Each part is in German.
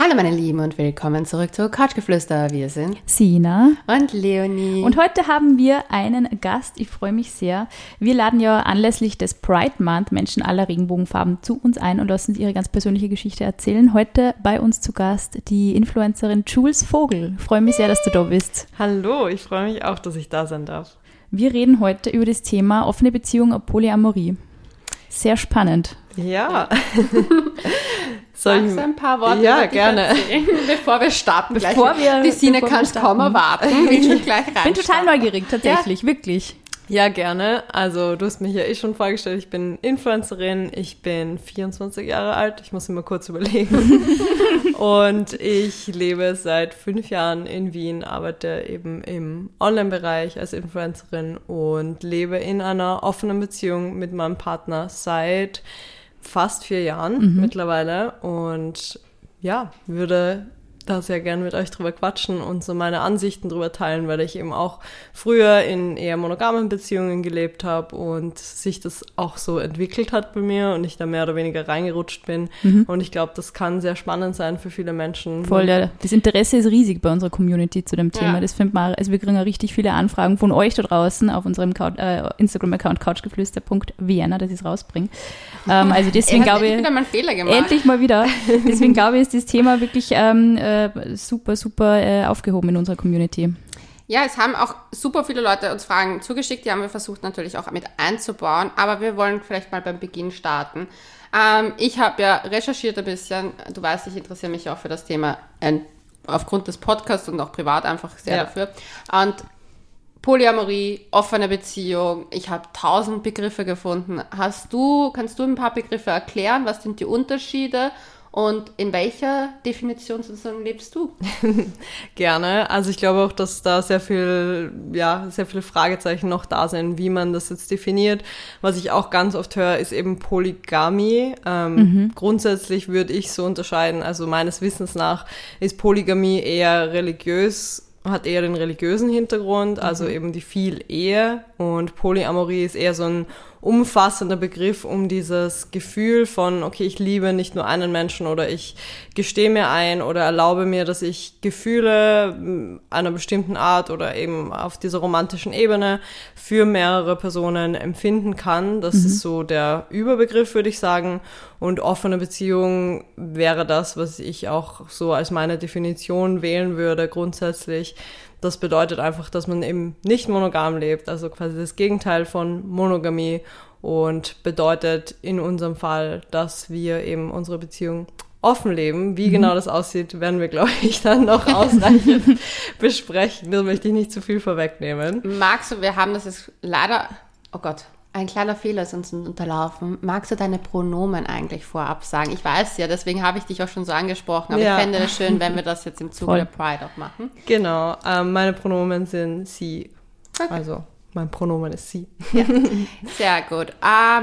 Hallo meine Lieben und willkommen zurück zu Couchgeflüster. Wir sind Sina und Leonie. Und heute haben wir einen Gast, ich freue mich sehr. Wir laden ja anlässlich des Pride Month Menschen aller Regenbogenfarben zu uns ein und lassen uns ihre ganz persönliche Geschichte erzählen. Heute bei uns zu Gast die Influencerin Jules Vogel. Ich freue mich sehr, dass du da bist. Hallo, ich freue mich auch, dass ich da sein darf. Wir reden heute über das Thema offene Beziehung und Polyamorie. Sehr spannend. Ja. Sagst du ein paar Worte? Ja, gerne. Bevor wir starten. Die Sina kannst kaum erwarten. Ich will gleich rein. Ich bin total neugierig, tatsächlich, wirklich. Ja, gerne. Also du hast mich ja schon vorgestellt, ich bin Influencerin, ich bin 24 Jahre alt, ich muss immer kurz überlegen. Und ich lebe seit 5 Jahren in Wien, arbeite eben im Online-Bereich als Influencerin und lebe in einer offenen Beziehung mit meinem Partner seit fast 4 Jahren mittlerweile und ja, würde da sehr gerne mit euch drüber quatschen und so meine Ansichten drüber teilen, weil ich eben auch früher in eher monogamen Beziehungen gelebt habe und sich das auch so entwickelt hat bei mir und ich da mehr oder weniger reingerutscht bin. Und ich glaube, das kann sehr spannend sein für viele Menschen. Voll, ja. Das Interesse ist riesig bei unserer Community zu dem Thema. Ja. Das findet man, also wir kriegen ja richtig viele Anfragen von euch da draußen auf unserem Instagram-Account couchgeflüster.vienna, dass ich es rausbringe. Also deswegen glaube ich, wieder mal einen Fehler gemacht. Endlich mal wieder. Deswegen glaube ich, ist das Thema wirklich super aufgehoben in unserer Community. Ja, es haben auch super viele Leute uns Fragen zugeschickt, die haben wir versucht natürlich auch mit einzubauen, aber wir wollen vielleicht mal beim Beginn starten. Ich habe ja recherchiert ein bisschen, du weißt, ich interessiere mich auch für das Thema aufgrund des Podcasts und auch privat einfach sehr dafür. Und Polyamorie, offene Beziehung, ich habe 1000 Begriffe gefunden. Kannst du ein paar Begriffe erklären? Was sind die Unterschiede? Und in welcher Definition sozusagen lebst du? Gerne. Also ich glaube auch, dass da sehr viele Fragezeichen noch da sind, wie man das jetzt definiert. Was ich auch ganz oft höre, ist eben Polygamie. Grundsätzlich würde ich so unterscheiden, also meines Wissens nach ist Polygamie eher religiös, hat eher den religiösen Hintergrund, also eben die Viel-Ehe, und Polyamorie ist eher so ein umfassender Begriff um dieses Gefühl von, okay, ich liebe nicht nur einen Menschen oder ich gestehe mir ein oder erlaube mir, dass ich Gefühle einer bestimmten Art oder eben auf dieser romantischen Ebene für mehrere Personen empfinden kann. Das ist so der Überbegriff, würde ich sagen. Und offene Beziehung wäre das, was ich auch so als meine Definition wählen würde, grundsätzlich. Das bedeutet einfach, dass man eben nicht monogam lebt, also quasi das Gegenteil von Monogamie, und bedeutet in unserem Fall, dass wir eben unsere Beziehung offen leben. Wie genau das aussieht, werden wir, glaube ich, dann noch ausreichend besprechen. Da möchte ich nicht zu viel vorwegnehmen. Magst du, wir haben das jetzt leider, oh Gott, ein kleiner Fehler ist uns unterlaufen. Magst du deine Pronomen eigentlich vorab sagen? Ich weiß ja, deswegen habe ich dich auch schon so angesprochen, aber ich fände es schön, wenn wir das jetzt im Zuge der Pride auch machen. Genau, meine Pronomen sind sie. Okay. Also, mein Pronomen ist sie. Ja. Sehr gut.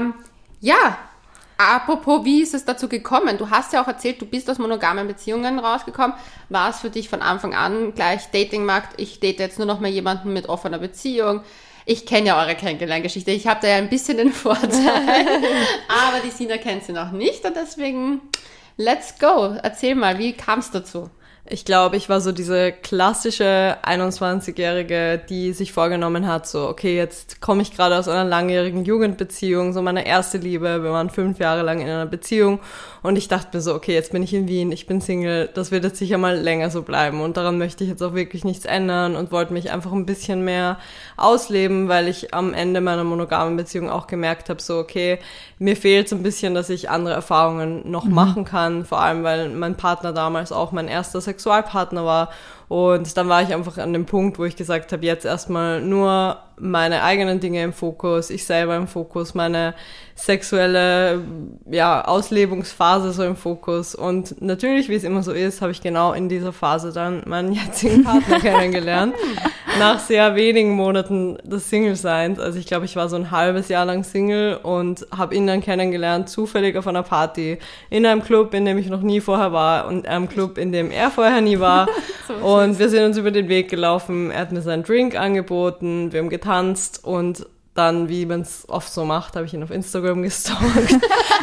Apropos, wie ist es dazu gekommen? Du hast ja auch erzählt, du bist aus monogamen Beziehungen rausgekommen. War es für dich von Anfang an gleich Datingmarkt? Ich date jetzt nur noch mal jemanden mit offener Beziehung. Ich kenne ja eure Kennenlerngeschichte. Ich habe da ja ein bisschen den Vorteil. Aber die Sina kennt sie noch nicht und deswegen, let's go. Erzähl mal, wie kam es dazu? Ich glaube, ich war so diese klassische 21-Jährige, die sich vorgenommen hat, so, okay, jetzt komme ich gerade aus einer langjährigen Jugendbeziehung, so meine erste Liebe, wir waren 5 Jahre lang in einer Beziehung und ich dachte mir so, okay, jetzt bin ich in Wien, ich bin Single, das wird jetzt sicher mal länger so bleiben und daran möchte ich jetzt auch wirklich nichts ändern und wollte mich einfach ein bisschen mehr ausleben, weil ich am Ende meiner monogamen Beziehung auch gemerkt habe, so, okay, mir fehlt so ein bisschen, dass ich andere Erfahrungen noch machen kann, vor allem, weil mein Partner damals auch mein erster Sexualpartner war. Und dann war ich einfach an dem Punkt, wo ich gesagt habe, jetzt erstmal nur meine eigenen Dinge im Fokus, ich selber im Fokus, meine sexuelle Auslebungsphase so im Fokus. Und natürlich, wie es immer so ist, habe ich genau in dieser Phase dann meinen jetzigen Partner kennengelernt. Nach sehr wenigen Monaten des Single-Seins. Also ich glaube, ich war so ein halbes Jahr lang Single und habe ihn dann kennengelernt, zufällig auf einer Party, in einem Club, in dem ich noch nie vorher war und einem Club, in dem er vorher nie war. Und wir sind uns über den Weg gelaufen, er hat mir seinen Drink angeboten, wir haben getanzt und dann, wie man es oft so macht, habe ich ihn auf Instagram gestalkt,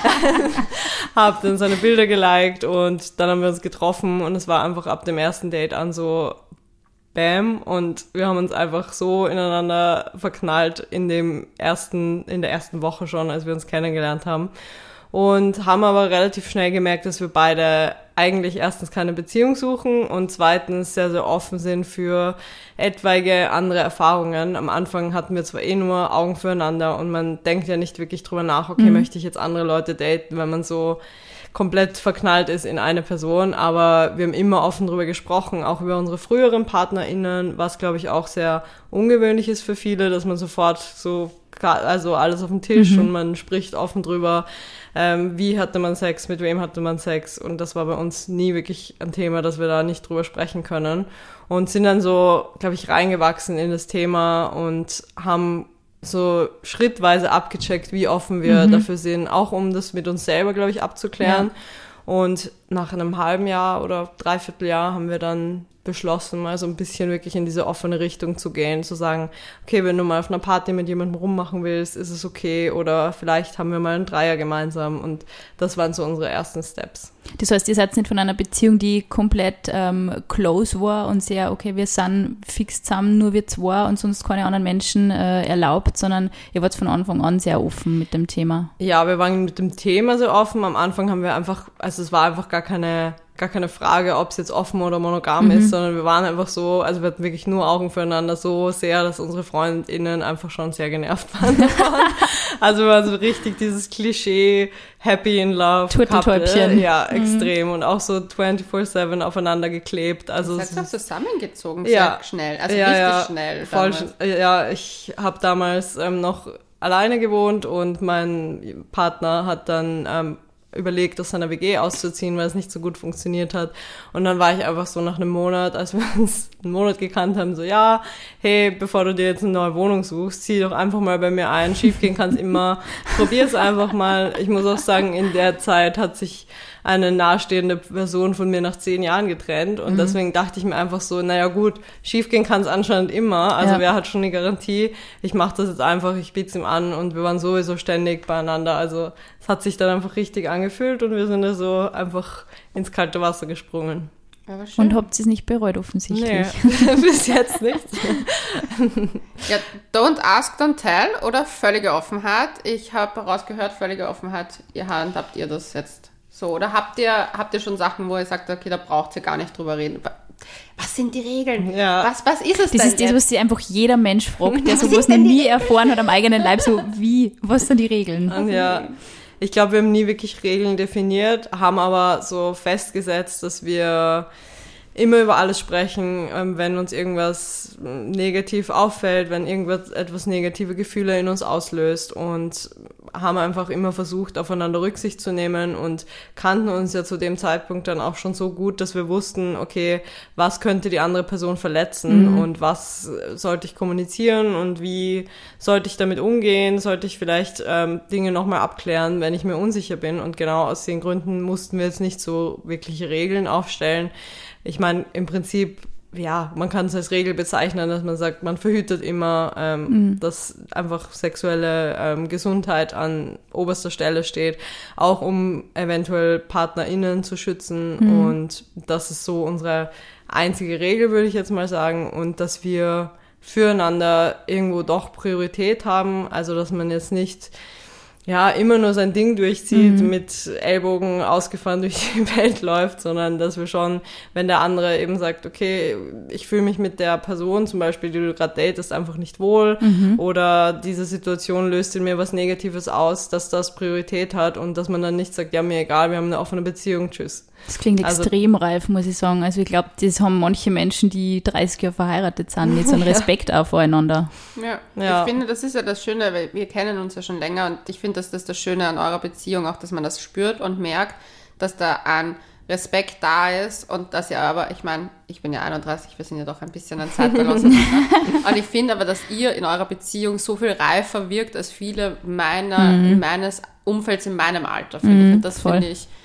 habe dann seine Bilder geliked und dann haben wir uns getroffen und es war einfach ab dem ersten Date an so Bam und wir haben uns einfach so ineinander verknallt in der ersten Woche schon, als wir uns kennengelernt haben und haben aber relativ schnell gemerkt, dass wir beide eigentlich erstens keine Beziehung suchen und zweitens sehr, sehr offen sind für etwaige andere Erfahrungen. Am Anfang hatten wir zwar nur Augen füreinander und man denkt ja nicht wirklich drüber nach, okay, möchte ich jetzt andere Leute daten, wenn man so komplett verknallt ist in eine Person, aber wir haben immer offen drüber gesprochen, auch über unsere früheren PartnerInnen, was, glaube ich, auch sehr ungewöhnlich ist für viele, dass man sofort also alles auf dem Tisch und man spricht offen drüber, wie hatte man Sex, mit wem hatte man Sex und das war bei uns nie wirklich ein Thema, dass wir da nicht drüber sprechen können und sind dann so, glaube ich, reingewachsen in das Thema und haben so schrittweise abgecheckt, wie offen wir dafür sind, auch um das mit uns selber, glaube ich, abzuklären. Ja. Und nach einem halben Jahr oder Dreivierteljahr haben wir dann beschlossen, mal so ein bisschen wirklich in diese offene Richtung zu gehen, zu sagen, okay, wenn du mal auf einer Party mit jemandem rummachen willst, ist es okay oder vielleicht haben wir mal einen Dreier gemeinsam und das waren so unsere ersten Steps. Das heißt, ihr seid nicht von einer Beziehung, die komplett close war und sehr, okay, wir sind fix zusammen, nur wir zwei und sonst keine anderen Menschen erlaubt, sondern ihr wart von Anfang an sehr offen mit dem Thema. Ja, wir waren mit dem Thema sehr offen. Am Anfang haben wir einfach, also es war einfach gar keine Frage, ob es jetzt offen oder monogam ist, sondern wir waren einfach so, also wir hatten wirklich nur Augen füreinander so sehr, dass unsere FreundInnen einfach schon sehr genervt waren davon. Also wir waren so richtig dieses Klischee Happy in Love Turteltäubchen. Ja, extrem. Und auch so 24/7 aufeinander geklebt. Also das heißt auch zusammengezogen, sehr schnell, also richtig schnell. Voll, ich habe damals noch alleine gewohnt und mein Partner hat dann überlegt, aus seiner WG auszuziehen, weil es nicht so gut funktioniert hat. Und dann war ich einfach so nach einem Monat, als wir uns einen Monat gekannt haben, so, ja, hey, bevor du dir jetzt eine neue Wohnung suchst, zieh doch einfach mal bei mir ein. Schiefgehen kann es immer. Probier's einfach mal. Ich muss auch sagen, in der Zeit hat sich eine nahestehende Person von mir nach 10 Jahren getrennt und deswegen dachte ich mir einfach so, naja gut, schiefgehen kann es anscheinend immer, also wer hat schon eine Garantie, ich mache das jetzt einfach, ich biete es ihm an und wir waren sowieso ständig beieinander, also es hat sich dann einfach richtig angefühlt und wir sind da so einfach ins kalte Wasser gesprungen. Und habt ihr es nicht bereut, offensichtlich? Nee, bis jetzt nicht. Ja, don't ask, don't tell oder völlige Offenheit. Ich habe rausgehört, völlige Offenheit, ihr handhabt ihr das jetzt so? Oder habt ihr schon Sachen, wo ihr sagt, okay, da braucht ihr gar nicht drüber reden? Was sind die Regeln? Ja. Was ist es denn? Das ist das, was sich einfach jeder Mensch fragt, der sowas noch nie erfahren hat am eigenen Leib. So, was sind die Regeln? Ja, ich glaube, wir haben nie wirklich Regeln definiert, haben aber so festgesetzt, dass wir immer über alles sprechen, wenn uns irgendwas negativ auffällt, wenn etwas negative Gefühle in uns auslöst und haben einfach immer versucht, aufeinander Rücksicht zu nehmen und kannten uns ja zu dem Zeitpunkt dann auch schon so gut, dass wir wussten, okay, was könnte die andere Person verletzen und was sollte ich kommunizieren und wie sollte ich damit umgehen, sollte ich vielleicht Dinge nochmal abklären, wenn ich mir unsicher bin und genau aus den Gründen mussten wir jetzt nicht so wirkliche Regeln aufstellen. Ich meine, im Prinzip, ja, man kann es als Regel bezeichnen, dass man sagt, man verhütet immer, dass einfach sexuelle Gesundheit an oberster Stelle steht, auch um eventuell PartnerInnen zu schützen. Und das ist so unsere einzige Regel, würde ich jetzt mal sagen. Und dass wir füreinander irgendwo doch Priorität haben, also dass man jetzt nicht immer nur sein Ding durchzieht, mit Ellbogen ausgefahren durch die Welt läuft, sondern dass wir schon, wenn der andere eben sagt, okay, ich fühle mich mit der Person zum Beispiel, die du gerade datest, einfach nicht wohl oder diese Situation löst in mir was Negatives aus, dass das Priorität hat und dass man dann nicht sagt, ja, mir egal, wir haben eine offene Beziehung, tschüss. Das klingt extrem reif, muss ich sagen. Also ich glaube, das haben manche Menschen, die 30 Jahre verheiratet sind, nicht so einen Respekt auch voreinander. Ja, ich finde, das ist ja das Schöne, weil wir kennen uns ja schon länger und ich finde, dass das das Schöne an eurer Beziehung auch, dass man das spürt und merkt, dass da ein Respekt da ist und dass ihr aber, ich meine, ich bin ja 31, wir sind ja doch ein bisschen an Zeitgenossen. Und ich finde aber, dass ihr in eurer Beziehung so viel reifer wirkt als viele meines Umfelds in meinem Alter, finde ich. Und das finde ich,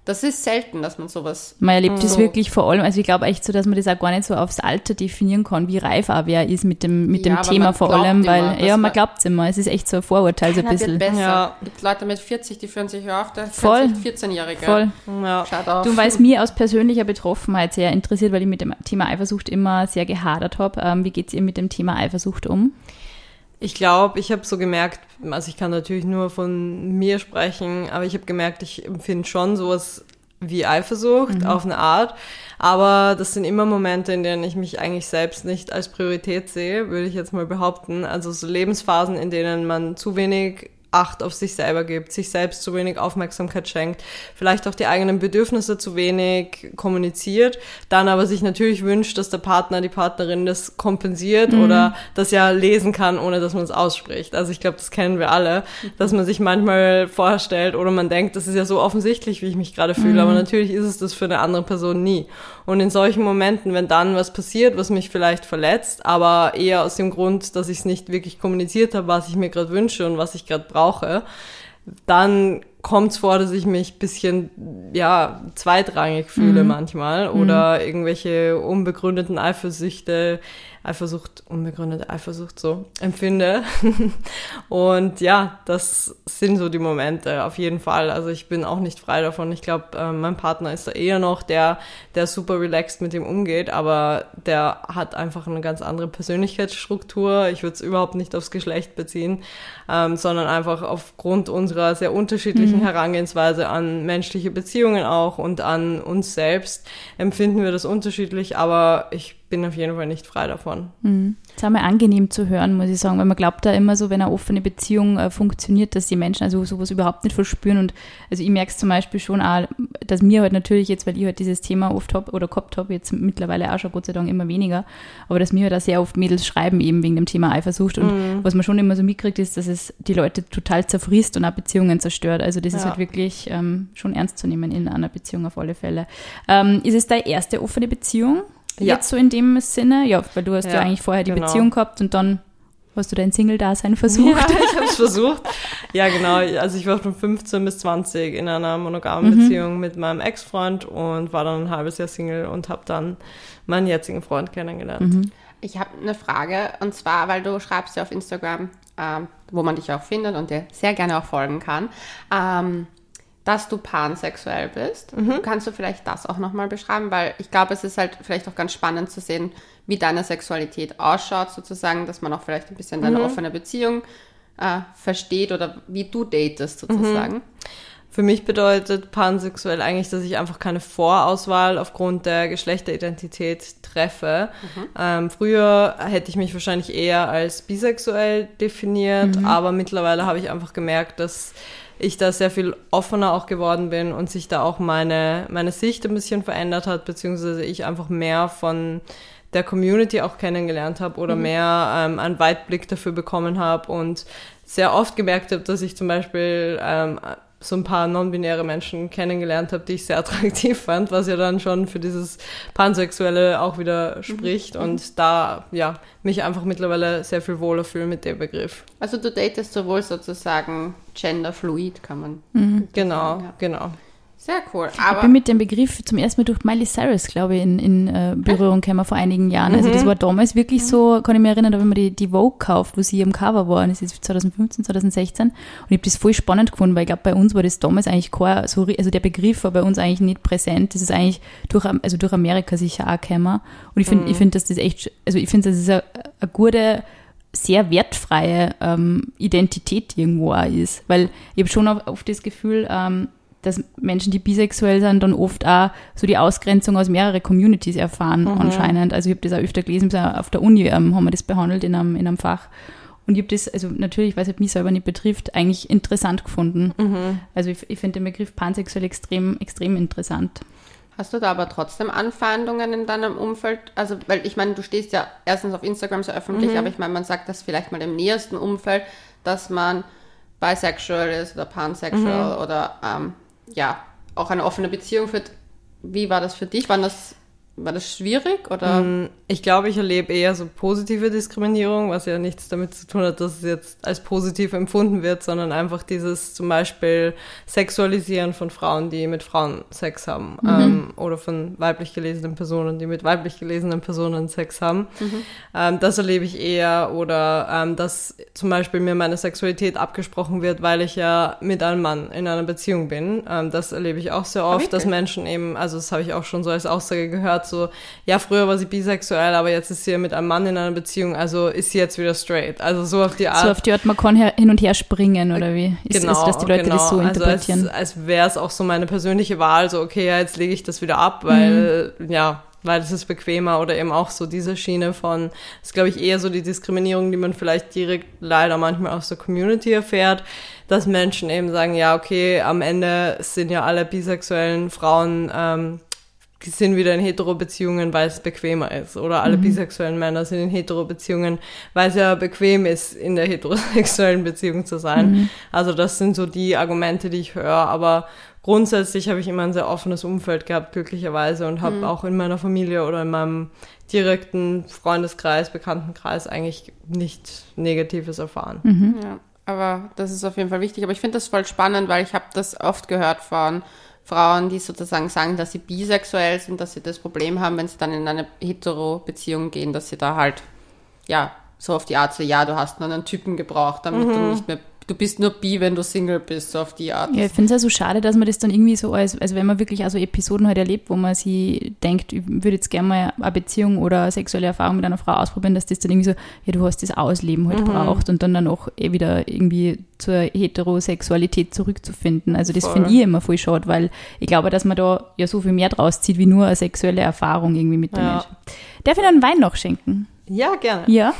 das ist selten, dass man sowas... Man erlebt das wirklich vor allem, also ich glaube echt so, dass man das auch gar nicht so aufs Alter definieren kann, wie reif auch wer ist mit dem Thema vor allem, weil, ja, man glaubt es immer, es ist echt so ein Vorurteil so ein bisschen. Wird besser. Ja. Es gibt Leute mit 40, die führen sich auf, da voll 14-Jährige. Voll. Ja. Schaut auf. Du, weil es mir aus persönlicher Betroffenheit sehr interessiert, weil ich mit dem Thema Eifersucht immer sehr gehadert habe. Wie geht es ihr mit dem Thema Eifersucht um? Ich glaube, ich habe so gemerkt, also ich kann natürlich nur von mir sprechen, aber ich habe gemerkt, ich empfinde schon sowas wie Eifersucht auf eine Art, aber das sind immer Momente, in denen ich mich eigentlich selbst nicht als Priorität sehe, würde ich jetzt mal behaupten. Also so Lebensphasen, in denen man zu wenig Acht auf sich selber gibt, sich selbst zu wenig Aufmerksamkeit schenkt, vielleicht auch die eigenen Bedürfnisse zu wenig kommuniziert, dann aber sich natürlich wünscht, dass der Partner, die Partnerin das kompensiert oder das ja lesen kann, ohne dass man es ausspricht. Also ich glaube, das kennen wir alle, dass man sich manchmal vorstellt oder man denkt, das ist ja so offensichtlich, wie ich mich gerade fühle, aber natürlich ist es das für eine andere Person nie. Und in solchen Momenten, wenn dann was passiert, was mich vielleicht verletzt, aber eher aus dem Grund, dass ich es nicht wirklich kommuniziert habe, was ich mir gerade wünsche und was ich gerade brauche, dann kommt es vor, dass ich mich ein bisschen, ja, zweitrangig fühle manchmal oder irgendwelche unbegründeten unbegründete Eifersucht so empfinde. Und ja, das sind so die Momente, auf jeden Fall. Also ich bin auch nicht frei davon. Ich glaube, mein Partner ist da eher noch der super relaxed mit dem umgeht, aber der hat einfach eine ganz andere Persönlichkeitsstruktur. Ich würde es überhaupt nicht aufs Geschlecht beziehen, sondern einfach aufgrund unserer sehr unterschiedlichen Herangehensweise an menschliche Beziehungen auch und an uns selbst empfinden wir das unterschiedlich, aber ich bin auf jeden Fall nicht frei davon. Das ist einmal angenehm zu hören, muss ich sagen, weil man glaubt da immer so, wenn eine offene Beziehung funktioniert, dass die Menschen also sowas überhaupt nicht verspüren und also ich merke es zum Beispiel schon auch, dass mir halt natürlich jetzt, weil ich halt dieses Thema oft habe oder gehabt habe, jetzt mittlerweile auch schon Gott sei Dank immer weniger, aber dass mir halt auch sehr oft Mädels schreiben eben wegen dem Thema Eifersucht und was man schon immer so mitkriegt ist, dass es die Leute total zerfrisst und auch Beziehungen zerstört, also das ist halt wirklich schon ernst zu nehmen in einer Beziehung auf alle Fälle. Ist es deine erste offene Beziehung? Ja. Jetzt so in dem Sinne? Ja, weil du hast ja eigentlich vorher die Beziehung gehabt und dann hast du dein Single-Dasein versucht. Ja, ich habe es versucht. Ja, genau. Also ich war von 15 bis 20 in einer monogamen Beziehung mit meinem Ex-Freund und war dann ein halbes Jahr Single und habe dann meinen jetzigen Freund kennengelernt. Ich habe eine Frage und zwar, weil du schreibst ja auf Instagram, wo man dich auch findet und dir sehr gerne auch folgen kann, dass du pansexuell bist. Kannst du vielleicht das auch nochmal beschreiben? Weil ich glaube, es ist halt vielleicht auch ganz spannend zu sehen, wie deine Sexualität ausschaut, sozusagen, dass man auch vielleicht ein bisschen deine offene Beziehung versteht oder wie du datest, sozusagen. Für mich bedeutet pansexuell eigentlich, dass ich einfach keine Vorauswahl aufgrund der Geschlechteridentität treffe. Früher hätte ich mich wahrscheinlich eher als bisexuell definiert, aber mittlerweile habe ich einfach gemerkt, dass ich da sehr viel offener auch geworden bin und sich da auch meine Sicht ein bisschen verändert hat, beziehungsweise ich einfach mehr von der Community auch kennengelernt habe oder mehr einen Weitblick dafür bekommen habe und sehr oft gemerkt habe, dass ich zum Beispiel so ein paar non-binäre Menschen kennengelernt habe, die ich sehr attraktiv fand, was ja dann schon für dieses Pansexuelle auch wieder spricht und da, ja, mich einfach mittlerweile sehr viel wohler fühle mit dem Begriff. Also du datest sowohl sozusagen genderfluid, kann man Genau, sagen, ja. genau. Sehr cool. Aber ich bin mit dem Begriff zum ersten Mal durch Miley Cyrus, glaube ich, in Berührung gekommen vor einigen Jahren. Also das war damals wirklich so, kann ich mich erinnern, da wenn man die Vogue kauft, wo sie am Cover war, und das ist 2015, 2016. Und ich habe das voll spannend gefunden, weil ich glaube, bei uns war das damals eigentlich kein, also der Begriff war bei uns eigentlich nicht präsent. Das ist eigentlich durch Amerika sicher auch gekommen. Und ich finde, dass das echt, also ich finde, das ist eine gute, sehr wertfreie Identität irgendwo auch ist. Weil ich habe schon oft das Gefühl, dass Menschen, die bisexuell sind, dann oft auch so die Ausgrenzung aus mehreren Communities erfahren anscheinend. Also ich habe das auch öfter gelesen, auf der Uni haben wir das behandelt in einem Fach. Und ich habe das, also natürlich, weil es halt mich selber nicht betrifft, eigentlich interessant gefunden. Also ich finde den Begriff pansexuell extrem, extrem interessant. Hast du da aber trotzdem Anfeindungen in deinem Umfeld? Also, weil ich meine, du stehst ja erstens auf Instagram so öffentlich, aber ich meine, man sagt das vielleicht mal im nähersten Umfeld, dass man bisexual ist oder pansexual oder ja, auch eine offene Beziehung führt. Wie war das für dich? Waren das War das schwierig, oder? Ich glaube, ich erlebe eher so positive Diskriminierung, was ja nichts damit zu tun hat, dass es jetzt als positiv empfunden wird, sondern einfach dieses zum Beispiel Sexualisieren von Frauen, die mit Frauen Sex haben, oder von weiblich gelesenen Personen, die mit weiblich gelesenen Personen Sex haben. Das erlebe ich eher, oder dass zum Beispiel mir meine Sexualität abgesprochen wird, weil ich ja mit einem Mann in einer Beziehung bin. Das erlebe ich auch sehr oft, dass Menschen eben, also das habe ich auch schon so als Aussage gehört, so, ja, früher war sie bisexuell, aber jetzt ist sie mit einem Mann in einer Beziehung, also ist sie jetzt wieder straight. Also so auf die Art. So auf die Art, man kann hin und her springen, oder wie? Genau, dass die Leute das so interpretieren? Also als wäre es auch so meine persönliche Wahl, so okay, ja, jetzt lege ich das wieder ab, weil, weil es ist bequemer, oder eben auch so diese Schiene von, das ist, glaube ich, eher so die Diskriminierung, die man vielleicht direkt leider manchmal aus der Community erfährt, dass Menschen eben sagen, ja, okay, am Ende sind ja alle bisexuellen Frauen, die sind wieder in Hetero-Beziehungen, weil es bequemer ist. Oder alle bisexuellen Männer sind in Hetero-Beziehungen, weil es ja bequem ist, in der heterosexuellen Beziehung zu sein. Also das sind so die Argumente, die ich höre. Aber grundsätzlich habe ich immer ein sehr offenes Umfeld gehabt, glücklicherweise, und habe auch in meiner Familie oder in meinem direkten Freundeskreis, Bekanntenkreis eigentlich nichts Negatives erfahren. Ja, aber das ist auf jeden Fall wichtig. Aber ich finde das voll spannend, weil ich habe das oft gehört von Frauen, die sozusagen sagen, dass sie bisexuell sind, dass sie das Problem haben, wenn sie dann in eine Hetero-Beziehung gehen, dass sie da halt, ja, so auf die Art so, ja, du hast nur einen Typen gebraucht, damit du nicht mehr, du bist nur bi, wenn du Single bist, so auf die Art. Ja, ich finde es ja so schade, dass man das dann irgendwie so also wenn man wirklich also Episoden halt erlebt, wo man sich denkt, ich würde jetzt gerne mal eine Beziehung oder eine sexuelle Erfahrung mit einer Frau ausprobieren, dass das dann irgendwie so, ja, du hast das Ausleben halt braucht und dann auch wieder irgendwie zur Heterosexualität zurückzufinden. Also das finde ich immer voll schade, weil ich glaube, dass man da ja so viel mehr draus zieht, wie nur eine sexuelle Erfahrung irgendwie mit dem Menschen. Darf ich noch einen Wein noch schenken? Ja, gerne. Ja.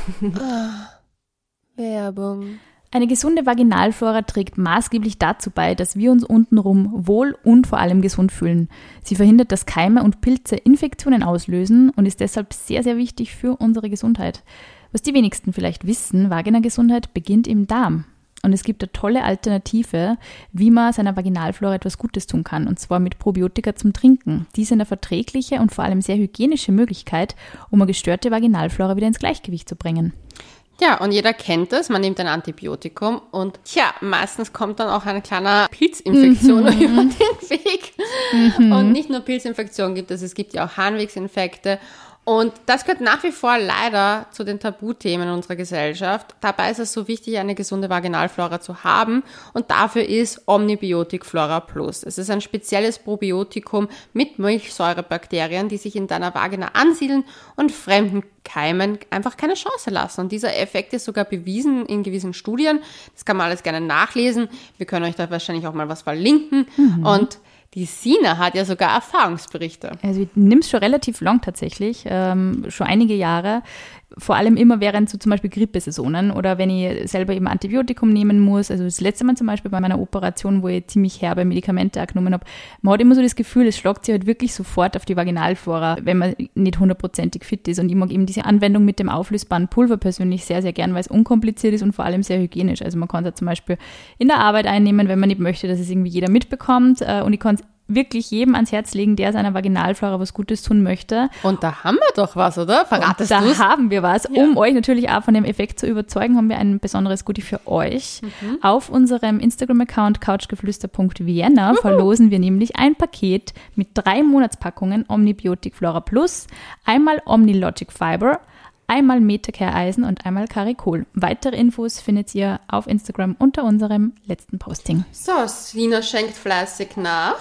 Werbung. Eine gesunde Vaginalflora trägt maßgeblich dazu bei, dass wir uns untenrum wohl und vor allem gesund fühlen. Sie verhindert, dass Keime und Pilze Infektionen auslösen und ist deshalb sehr, sehr wichtig für unsere Gesundheit. Was die wenigsten vielleicht wissen, Vagina-Gesundheit beginnt im Darm. Und es gibt eine tolle Alternative, wie man seiner Vaginalflora etwas Gutes tun kann, und zwar mit Probiotika zum Trinken. Die sind eine verträgliche und vor allem sehr hygienische Möglichkeit, um eine gestörte Vaginalflora wieder ins Gleichgewicht zu bringen. Ja, und jeder kennt das, man nimmt ein Antibiotikum und meistens kommt dann auch eine kleine Pilzinfektion über den Weg. Und nicht nur Pilzinfektionen gibt es gibt ja auch Harnwegsinfekte. Und das gehört nach wie vor leider zu den Tabuthemen unserer Gesellschaft. Dabei ist es so wichtig, eine gesunde Vaginalflora zu haben, und dafür ist Omnibiotic Flora Plus. Es ist ein spezielles Probiotikum mit Milchsäurebakterien, die sich in deiner Vagina ansiedeln und fremden Keimen einfach keine Chance lassen. Und dieser Effekt ist sogar bewiesen in gewissen Studien. Das kann man alles gerne nachlesen. Wir können euch da wahrscheinlich auch mal was verlinken. Und die Sina hat ja sogar Erfahrungsberichte. Also ich nehme es schon relativ lang tatsächlich, schon einige Jahre, vor allem immer während so zum Beispiel Grippesaisonen oder wenn ich selber eben Antibiotikum nehmen muss. Also das letzte Mal zum Beispiel bei meiner Operation, wo ich ziemlich herbe Medikamente auch genommen habe, man hat immer so das Gefühl, es schlagt sich halt wirklich sofort auf die Vaginalflora, wenn man nicht 100%ig fit ist. Und ich mag eben diese Anwendung mit dem auflösbaren Pulver persönlich sehr, sehr gern, weil es unkompliziert ist und vor allem sehr hygienisch. Also man kann es ja zum Beispiel in der Arbeit einnehmen, wenn man nicht möchte, dass es irgendwie jeder mitbekommt. Und ich kann es wirklich jedem ans Herz legen, der seiner Vaginalflora was Gutes tun möchte. Und da haben wir doch was, oder? Verratest du's? Da haben wir was. Ja. Um euch natürlich auch von dem Effekt zu überzeugen, haben wir ein besonderes Goodie für euch. Auf unserem Instagram-Account couchgeflüster.vienna verlosen wir nämlich ein Paket mit 3 Monatspackungen Omnibiotic Flora Plus, einmal Omnilogic Fiber, einmal Metacare Eisen und einmal Caricol. Weitere Infos findet ihr auf Instagram unter unserem letzten Posting. So, Sina schenkt fleißig nach.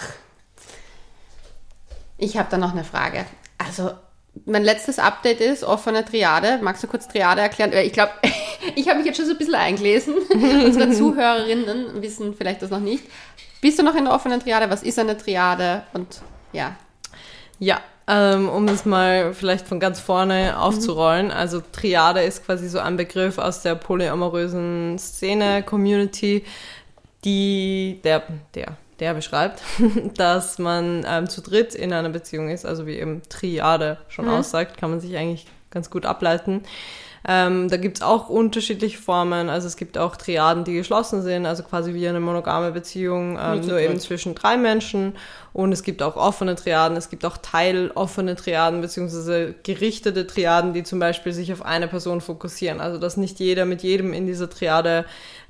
Ich habe da noch eine Frage. Also, mein letztes Update ist offene Triade. Magst du kurz Triade erklären? Ich glaube, ich habe mich jetzt schon so ein bisschen eingelesen. Unsere Zuhörerinnen wissen vielleicht das noch nicht. Bist du noch in der offenen Triade? Was ist eine Triade? Und ja. Ja, um das mal vielleicht von ganz vorne aufzurollen. Also Triade ist quasi so ein Begriff aus der polyamorösen Szene, Community, der beschreibt, dass man zu dritt in einer Beziehung ist, also wie eben Triade schon aussagt, kann man sich eigentlich ganz gut ableiten. Da gibt's auch unterschiedliche Formen, also es gibt auch Triaden, die geschlossen sind, also quasi wie eine monogame Beziehung, nur eben zwischen 3 Menschen, und es gibt auch offene Triaden, es gibt auch teiloffene Triaden, beziehungsweise gerichtete Triaden, die zum Beispiel sich auf eine Person fokussieren, also dass nicht jeder mit jedem in dieser Triade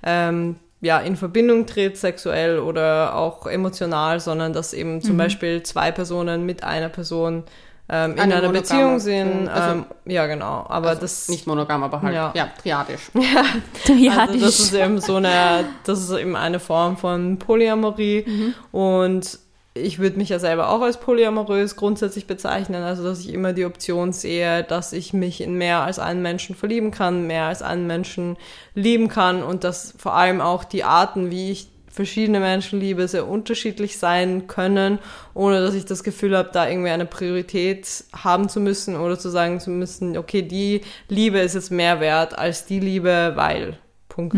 in Verbindung tritt, sexuell oder auch emotional, sondern dass eben zum Beispiel 2 Personen mit einer Person in einer Beziehung sind. Ja, genau. Aber also das nicht monogam, aber halt triadisch. Also das ist eben das ist eben eine Form von Polyamorie. Und ich würde mich ja selber auch als polyamorös grundsätzlich bezeichnen, also dass ich immer die Option sehe, dass ich mich in mehr als einen Menschen verlieben kann, mehr als einen Menschen lieben kann, und dass vor allem auch die Arten, wie ich verschiedene Menschen liebe, sehr unterschiedlich sein können, ohne dass ich das Gefühl habe, da irgendwie eine Priorität haben zu müssen oder zu sagen zu müssen, okay, die Liebe ist jetzt mehr wert als die Liebe, weil, Punkt.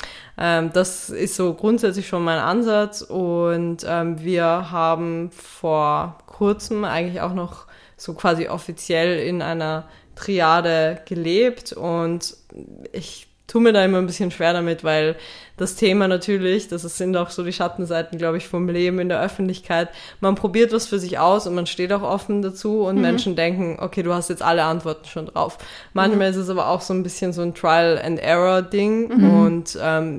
Das ist so grundsätzlich schon mein Ansatz, und wir haben vor kurzem eigentlich auch noch so quasi offiziell in einer Triade gelebt, und ich tue mir da immer ein bisschen schwer damit, weil das Thema natürlich, sind auch so die Schattenseiten, glaube ich, vom Leben in der Öffentlichkeit. Man probiert was für sich aus und man steht auch offen dazu, und Menschen denken, okay, du hast jetzt alle Antworten schon drauf. Manchmal ist es aber auch so ein bisschen so ein Trial-and-Error-Ding, und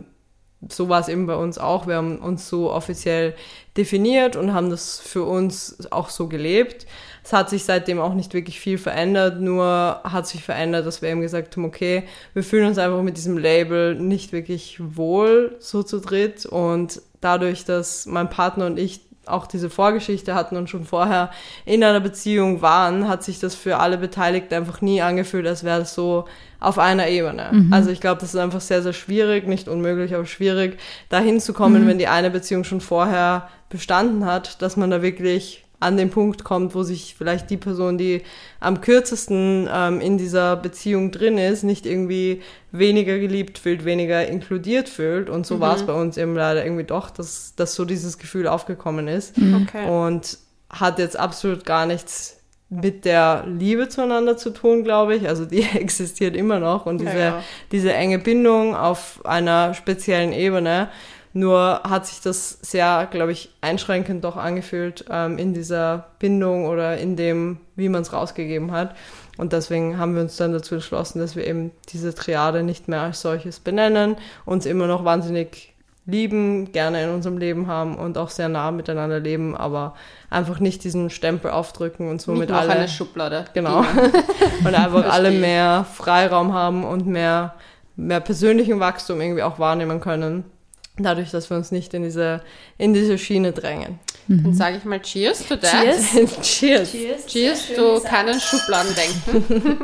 so war es eben bei uns auch. Wir haben uns so offiziell definiert und haben das für uns auch so gelebt. Es hat sich seitdem auch nicht wirklich viel verändert, nur hat sich verändert, dass wir eben gesagt haben, okay, wir fühlen uns einfach mit diesem Label nicht wirklich wohl, so zu dritt, und dadurch, dass mein Partner und ich auch diese Vorgeschichte hatten und schon vorher in einer Beziehung waren, hat sich das für alle Beteiligten einfach nie angefühlt, als wäre das so auf einer Ebene. Also ich glaube, das ist einfach sehr, sehr schwierig, nicht unmöglich, aber schwierig, da hinzukommen, wenn die eine Beziehung schon vorher bestanden hat, dass man da wirklich an den Punkt kommt, wo sich vielleicht die Person, die am kürzesten in dieser Beziehung drin ist, nicht irgendwie weniger geliebt fühlt, weniger inkludiert fühlt. Und so war es bei uns eben leider irgendwie doch, dass so dieses Gefühl aufgekommen ist. Okay. Und hat jetzt absolut gar nichts mit der Liebe zueinander zu tun, glaube ich. Also die existiert immer noch, und diese enge Bindung auf einer speziellen Ebene. Nur hat sich das sehr, glaube ich, einschränkend doch angefühlt in dieser Bindung oder in dem, wie man es rausgegeben hat. Und deswegen haben wir uns dann dazu entschlossen, dass wir eben diese Triade nicht mehr als solches benennen, uns immer noch wahnsinnig lieben, gerne in unserem Leben haben und auch sehr nah miteinander leben, aber einfach nicht diesen Stempel aufdrücken und so nicht mit noch alle... eine Schublade. Genau. Und einfach alle mehr Freiraum haben und mehr persönlichen Wachstum irgendwie auch wahrnehmen können. Dadurch, dass wir uns nicht in diese Schiene drängen. Dann sage ich mal Cheers to that. Cheers. Cheers to keinen Schubladen denken.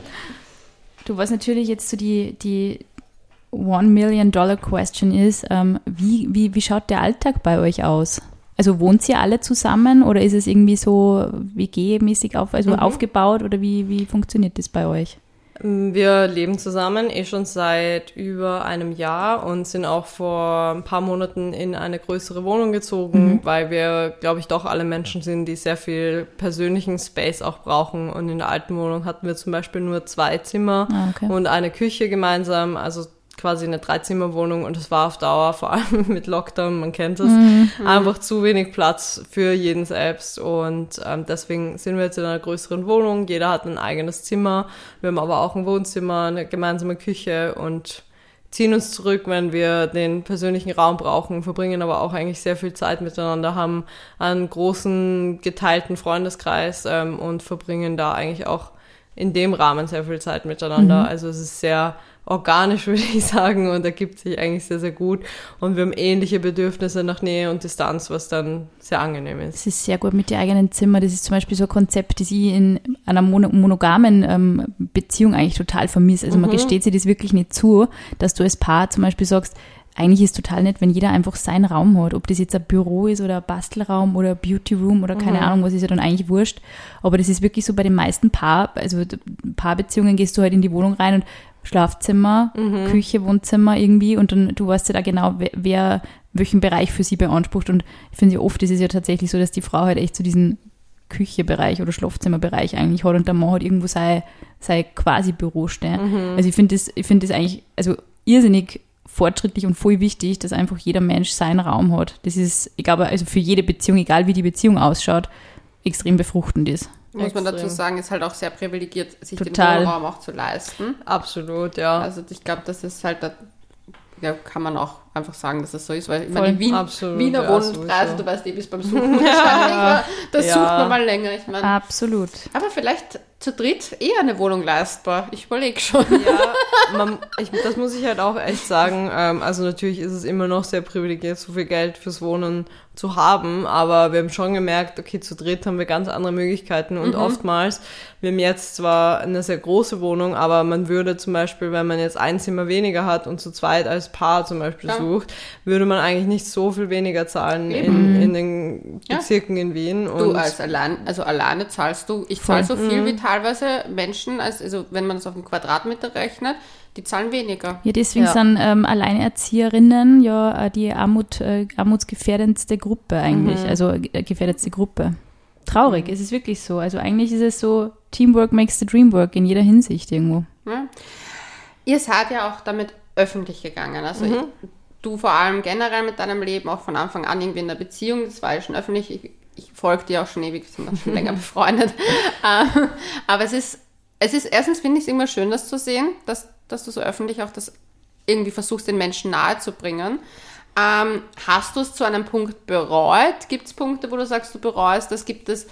Du, was natürlich jetzt so die $1-Million-Question ist, wie schaut der Alltag bei euch aus? Also wohnt ihr alle zusammen oder ist es irgendwie so WG-mäßig aufgebaut, oder wie funktioniert das bei euch? Wir leben zusammen schon seit über einem Jahr und sind auch vor ein paar Monaten in eine größere Wohnung gezogen, weil wir, glaube ich, doch alle Menschen sind, die sehr viel persönlichen Space auch brauchen. Und in der alten Wohnung hatten wir zum Beispiel nur 2 Zimmer und eine Küche gemeinsam, also quasi eine 3-Zimmer-Wohnung, und es war auf Dauer, vor allem mit Lockdown, man kennt es, einfach zu wenig Platz für jeden selbst, und deswegen sind wir jetzt in einer größeren Wohnung, jeder hat ein eigenes Zimmer, wir haben aber auch ein Wohnzimmer, eine gemeinsame Küche und ziehen uns zurück, wenn wir den persönlichen Raum brauchen, verbringen aber auch eigentlich sehr viel Zeit miteinander, haben einen großen geteilten Freundeskreis und verbringen da eigentlich auch in dem Rahmen sehr viel Zeit miteinander. Also es ist sehr organisch, würde ich sagen, und ergibt sich eigentlich sehr, sehr gut. Und wir haben ähnliche Bedürfnisse nach Nähe und Distanz, was dann sehr angenehm ist. Das ist sehr gut mit den eigenen Zimmern. Das ist zum Beispiel so ein Konzept, das ich in einer monogamen Beziehung eigentlich total vermisse. Also man gesteht sich das wirklich nicht zu, dass du als Paar zum Beispiel sagst, eigentlich ist total nett, wenn jeder einfach seinen Raum hat. Ob das jetzt ein Büro ist oder ein Bastelraum oder ein Beauty Room oder keine Ahnung, was ist ja dann eigentlich wurscht. Aber das ist wirklich so bei den meisten Paarbeziehungen gehst du halt in die Wohnung rein und Schlafzimmer, Küche, Wohnzimmer irgendwie, und dann du weißt ja da genau, wer welchen Bereich für sie beansprucht, und ich finde ja oft, ist es ja tatsächlich so, dass die Frau halt echt so diesen Küchebereich oder Schlafzimmerbereich eigentlich hat und der Mann hat irgendwo sein quasi Büro stehen. Also ich finde das eigentlich also irrsinnig fortschrittlich und voll wichtig, dass einfach jeder Mensch seinen Raum hat. Das ist, ich glaube, also für jede Beziehung, egal wie die Beziehung ausschaut, extrem befruchtend ist. Muss man dazu sagen, ist halt auch sehr privilegiert, sich Total. den Wohnraum auch zu leisten. Absolut, ja. Also ich glaube, das ist halt, ja, kann man auch einfach sagen, dass das so ist, weil ich Voll. meine, die Wiener ja, Wohnpreise, du weißt bis beim Suchen wahrscheinlich, das sucht man mal länger. Ich meine, Absolut. aber vielleicht zu dritt eher eine Wohnung leistbar. Ich überlege schon. Ja, das muss ich halt auch echt sagen. Also natürlich ist es immer noch sehr privilegiert, so viel Geld fürs Wohnen zu haben, aber wir haben schon gemerkt, okay, zu dritt haben wir ganz andere Möglichkeiten und oftmals, wir haben jetzt zwar eine sehr große Wohnung, aber man würde zum Beispiel, wenn man jetzt ein Zimmer weniger hat und zu zweit als Paar zum Beispiel sucht, würde man eigentlich nicht so viel weniger zahlen in den Bezirken in Wien. Und du alleine zahlst du, ich zahle so viel wie teilweise Menschen, also wenn man es auf einen Quadratmeter rechnet, die zahlen weniger. Ja, deswegen sind Alleinerzieherinnen ja die armutsgefährdendste Gruppe eigentlich, also gefährdetste Gruppe. Traurig, es ist wirklich so. Also eigentlich ist es so, Teamwork makes the dream work in jeder Hinsicht irgendwo. Ja. Ihr seid ja auch damit öffentlich gegangen, also du vor allem generell mit deinem Leben, auch von Anfang an irgendwie in der Beziehung, das war ja schon öffentlich, ich folge dir auch schon ewig, sind auch schon länger befreundet, aber es ist erstens finde ich es immer schön, das zu sehen, dass du so öffentlich auch das irgendwie versuchst, den Menschen nahe zu bringen. Hast du es zu einem Punkt bereut? Gibt es Punkte, wo du sagst, du bereust? Das gibt es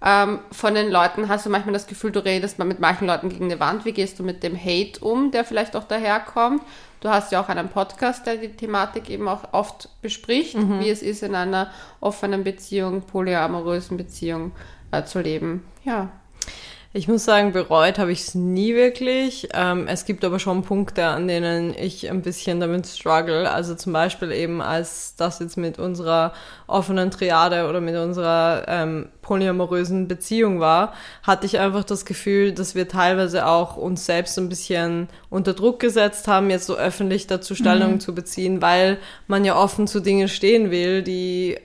von den Leuten, hast du manchmal das Gefühl, du redest mal mit manchen Leuten gegen eine Wand. Wie gehst du mit dem Hate um, der vielleicht auch daherkommt? Du hast ja auch einen Podcast, der die Thematik eben auch oft bespricht, wie es ist, in einer offenen Beziehung, polyamorösen Beziehung zu leben. Ja. Ich muss sagen, bereut habe ich es nie wirklich. Es gibt aber schon Punkte, an denen ich ein bisschen damit struggle. Also zum Beispiel eben, als das jetzt mit unserer offenen Triade oder mit unserer polyamorösen Beziehung war, hatte ich einfach das Gefühl, dass wir teilweise auch uns selbst ein bisschen unter Druck gesetzt haben, jetzt so öffentlich dazu Stellung zu beziehen, weil man ja offen zu Dingen stehen will, die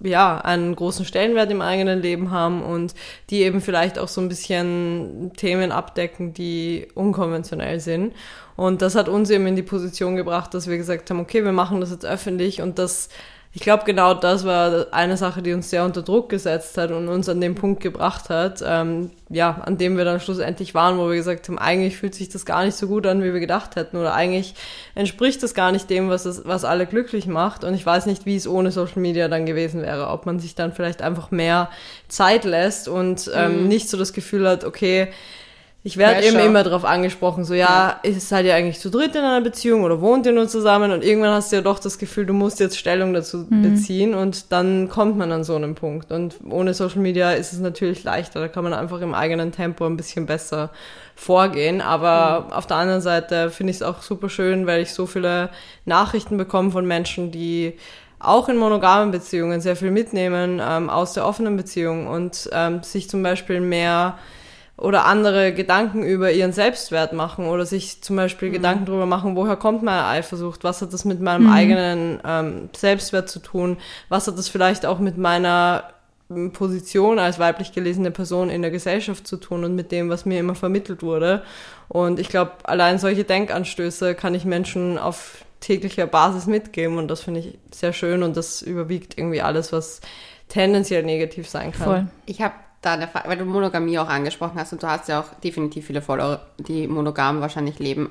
einen großen Stellenwert im eigenen Leben haben und die eben vielleicht auch so ein bisschen Themen abdecken, die unkonventionell sind. Und das hat uns eben in die Position gebracht, dass wir gesagt haben, okay, wir machen das jetzt öffentlich und ich glaube, genau das war eine Sache, die uns sehr unter Druck gesetzt hat und uns an den Punkt gebracht hat, an dem wir dann schlussendlich waren, wo wir gesagt haben, eigentlich fühlt sich das gar nicht so gut an, wie wir gedacht hätten oder eigentlich entspricht das gar nicht dem, was alle glücklich macht und ich weiß nicht, wie es ohne Social Media dann gewesen wäre, ob man sich dann vielleicht einfach mehr Zeit lässt und nicht so das Gefühl hat, okay, ich werde eben immer darauf angesprochen, so seid ihr eigentlich zu dritt in einer Beziehung oder wohnt ihr nur zusammen und irgendwann hast du ja doch das Gefühl, du musst jetzt Stellung dazu beziehen und dann kommt man an so einen Punkt und ohne Social Media ist es natürlich leichter, da kann man einfach im eigenen Tempo ein bisschen besser vorgehen, aber auf der anderen Seite finde ich es auch super schön, weil ich so viele Nachrichten bekomme von Menschen, die auch in monogamen Beziehungen sehr viel mitnehmen aus der offenen Beziehung und sich zum Beispiel mehr oder andere Gedanken über ihren Selbstwert machen oder sich zum Beispiel Gedanken darüber machen, woher kommt meine Eifersucht, was hat das mit meinem eigenen Selbstwert zu tun, was hat das vielleicht auch mit meiner Position als weiblich gelesene Person in der Gesellschaft zu tun und mit dem, was mir immer vermittelt wurde. Und ich glaube, allein solche Denkanstöße kann ich Menschen auf täglicher Basis mitgeben und das finde ich sehr schön und das überwiegt irgendwie alles, was tendenziell negativ sein kann. Voll. Ich habe da eine Frage, weil du Monogamie auch angesprochen hast und du hast ja auch definitiv viele Follower, die monogam wahrscheinlich leben.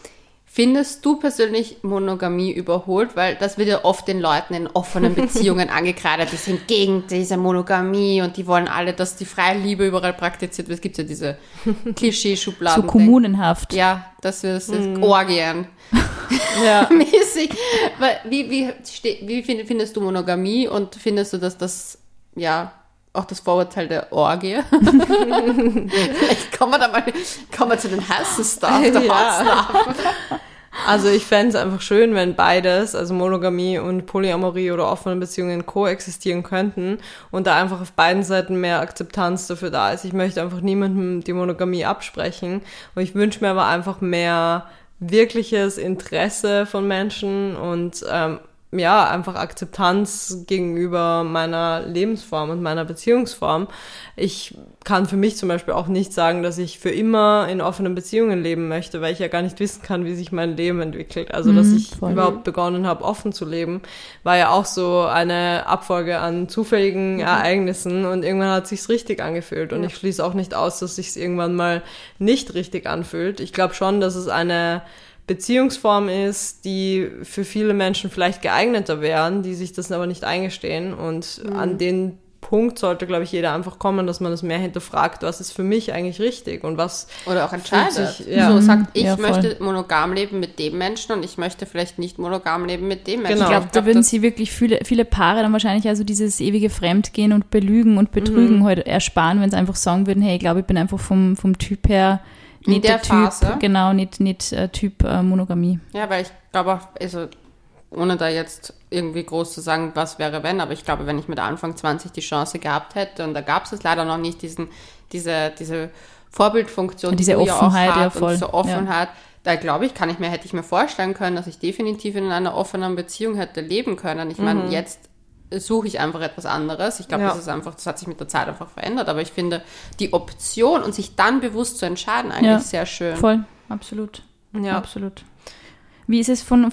Findest du persönlich Monogamie überholt? Weil das wird ja oft den Leuten in offenen Beziehungen angekreidet, die sind gegen diese Monogamie und die wollen alle, dass die freie Liebe überall praktiziert wird. Es gibt ja diese Klischee-Schubladen. So kommunenhaft. Ja, das ist Orgien. Ja. Mäßig. Wie findest du Monogamie und findest du, dass das, auch das Vorurteil der Orgie? Vielleicht kommen wir zu den heißen Stuff, der Hot Stuff. Also ich fände es einfach schön, wenn beides, also Monogamie und Polyamorie oder offene Beziehungen koexistieren könnten und da einfach auf beiden Seiten mehr Akzeptanz dafür da ist. Ich möchte einfach niemandem die Monogamie absprechen und ich wünsche mir aber einfach mehr wirkliches Interesse von Menschen und einfach Akzeptanz gegenüber meiner Lebensform und meiner Beziehungsform. Ich kann für mich zum Beispiel auch nicht sagen, dass ich für immer in offenen Beziehungen leben möchte, weil ich ja gar nicht wissen kann, wie sich mein Leben entwickelt. Also, dass ich überhaupt begonnen habe, offen zu leben, war ja auch so eine Abfolge an zufälligen Ereignissen und irgendwann hat sich's richtig angefühlt und ich schließe auch nicht aus, dass sich's irgendwann mal nicht richtig anfühlt. Ich glaube schon, dass es eine Beziehungsform ist, die für viele Menschen vielleicht geeigneter wären, die sich das aber nicht eingestehen. Und an den Punkt sollte, glaube ich, jeder einfach kommen, dass man das mehr hinterfragt, was ist für mich eigentlich richtig und was... Oder auch entscheidet. So sagt, ich möchte monogam leben mit dem Menschen und ich möchte vielleicht nicht monogam leben mit dem Menschen. Genau. Ich glaube, da würden sie wirklich viele Paare dann wahrscheinlich also dieses ewige Fremdgehen und Belügen und Betrügen heute ersparen, wenn sie einfach sagen würden, hey, ich glaube, ich bin einfach vom Typ her nicht der Typ, Phase. Genau, nicht Typ Monogamie. Ja, weil ich glaube auch, also ohne da jetzt irgendwie groß zu sagen, was wäre wenn, aber ich glaube, wenn ich mit Anfang 20 die Chance gehabt hätte, und da gab es leider noch nicht, diese Vorbildfunktion, und diese Offenheit, ja, voll. Und diese Offenheit, da glaube ich, hätte ich mir vorstellen können, dass ich definitiv in einer offenen Beziehung hätte leben können. Ich meine, jetzt suche ich einfach etwas anderes. Ich glaube, das hat sich mit der Zeit einfach verändert, aber ich finde die Option und sich dann bewusst zu entscheiden eigentlich sehr schön. Voll, absolut. Ja, absolut. Wie ist es vom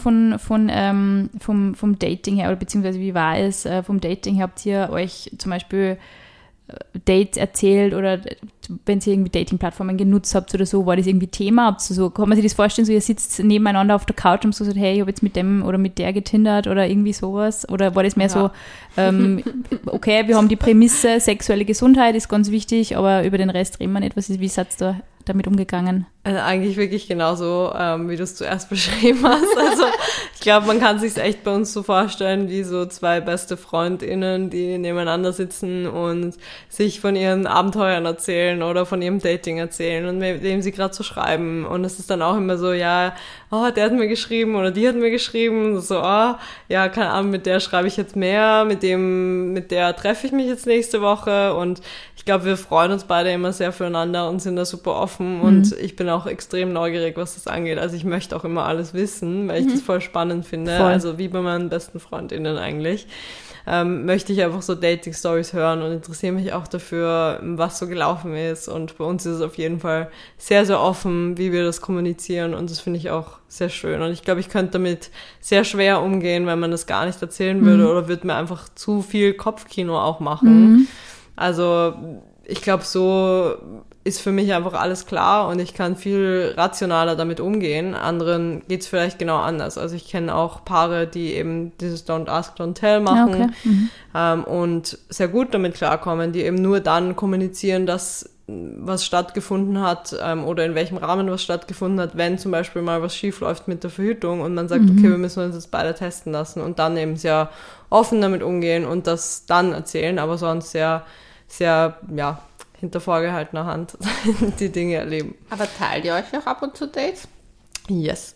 Dating her, oder beziehungsweise wie war es vom Dating her? Habt ihr euch zum Beispiel Dates erzählt oder wenn ihr irgendwie Dating-Plattformen genutzt habt oder so, war das irgendwie Thema? Habt ihr so, kann man sich das vorstellen, so ihr sitzt nebeneinander auf der Couch und so sagt, hey, ich habe jetzt mit dem oder mit der getindert oder irgendwie sowas? Oder war das mehr so, okay, wir haben die Prämisse, sexuelle Gesundheit ist ganz wichtig, aber über den Rest reden wir nicht. Wie seid ihr da damit umgegangen? Also eigentlich wirklich genauso, wie du es zuerst beschrieben hast. Also ich glaube, man kann sich echt bei uns so vorstellen, wie so zwei beste FreundInnen, die nebeneinander sitzen und sich von ihren Abenteuern erzählen oder von ihrem Dating erzählen und mit dem sie gerade so schreiben. Und es ist dann auch immer so, ja, oh, der hat mir geschrieben oder die hat mir geschrieben. So, oh, ja, keine Ahnung, mit der schreibe ich jetzt mehr, mit der treffe ich mich jetzt nächste Woche. Und ich glaube, wir freuen uns beide immer sehr füreinander und sind da super offen. Und ich bin auch extrem neugierig, was das angeht. Also ich möchte auch immer alles wissen, weil ich das voll spannend finde. Voll. Also wie bei meinen besten FreundInnen eigentlich. Möchte ich einfach so Dating-Stories hören und interessiere mich auch dafür, was so gelaufen ist. Und bei uns ist es auf jeden Fall sehr, sehr offen, wie wir das kommunizieren. Und das finde ich auch sehr schön. Und ich glaube, ich könnte damit sehr schwer umgehen, wenn man das gar nicht erzählen würde oder würde mir einfach zu viel Kopfkino auch machen. Also ich glaube, so ist für mich einfach alles klar und ich kann viel rationaler damit umgehen. Anderen geht's vielleicht genau anders. Also ich kenne auch Paare, die eben dieses Don't Ask, Don't Tell machen und sehr gut damit klarkommen, die eben nur dann kommunizieren, dass was stattgefunden hat oder in welchem Rahmen was stattgefunden hat, wenn zum Beispiel mal was schief läuft mit der Verhütung und man sagt, okay, wir müssen uns jetzt beide testen lassen und dann eben sehr offen damit umgehen und das dann erzählen, aber sonst sehr, ja, hinter vorgehaltener Hand die Dinge erleben. Aber teilt ihr euch auch ab und zu Dates? Yes.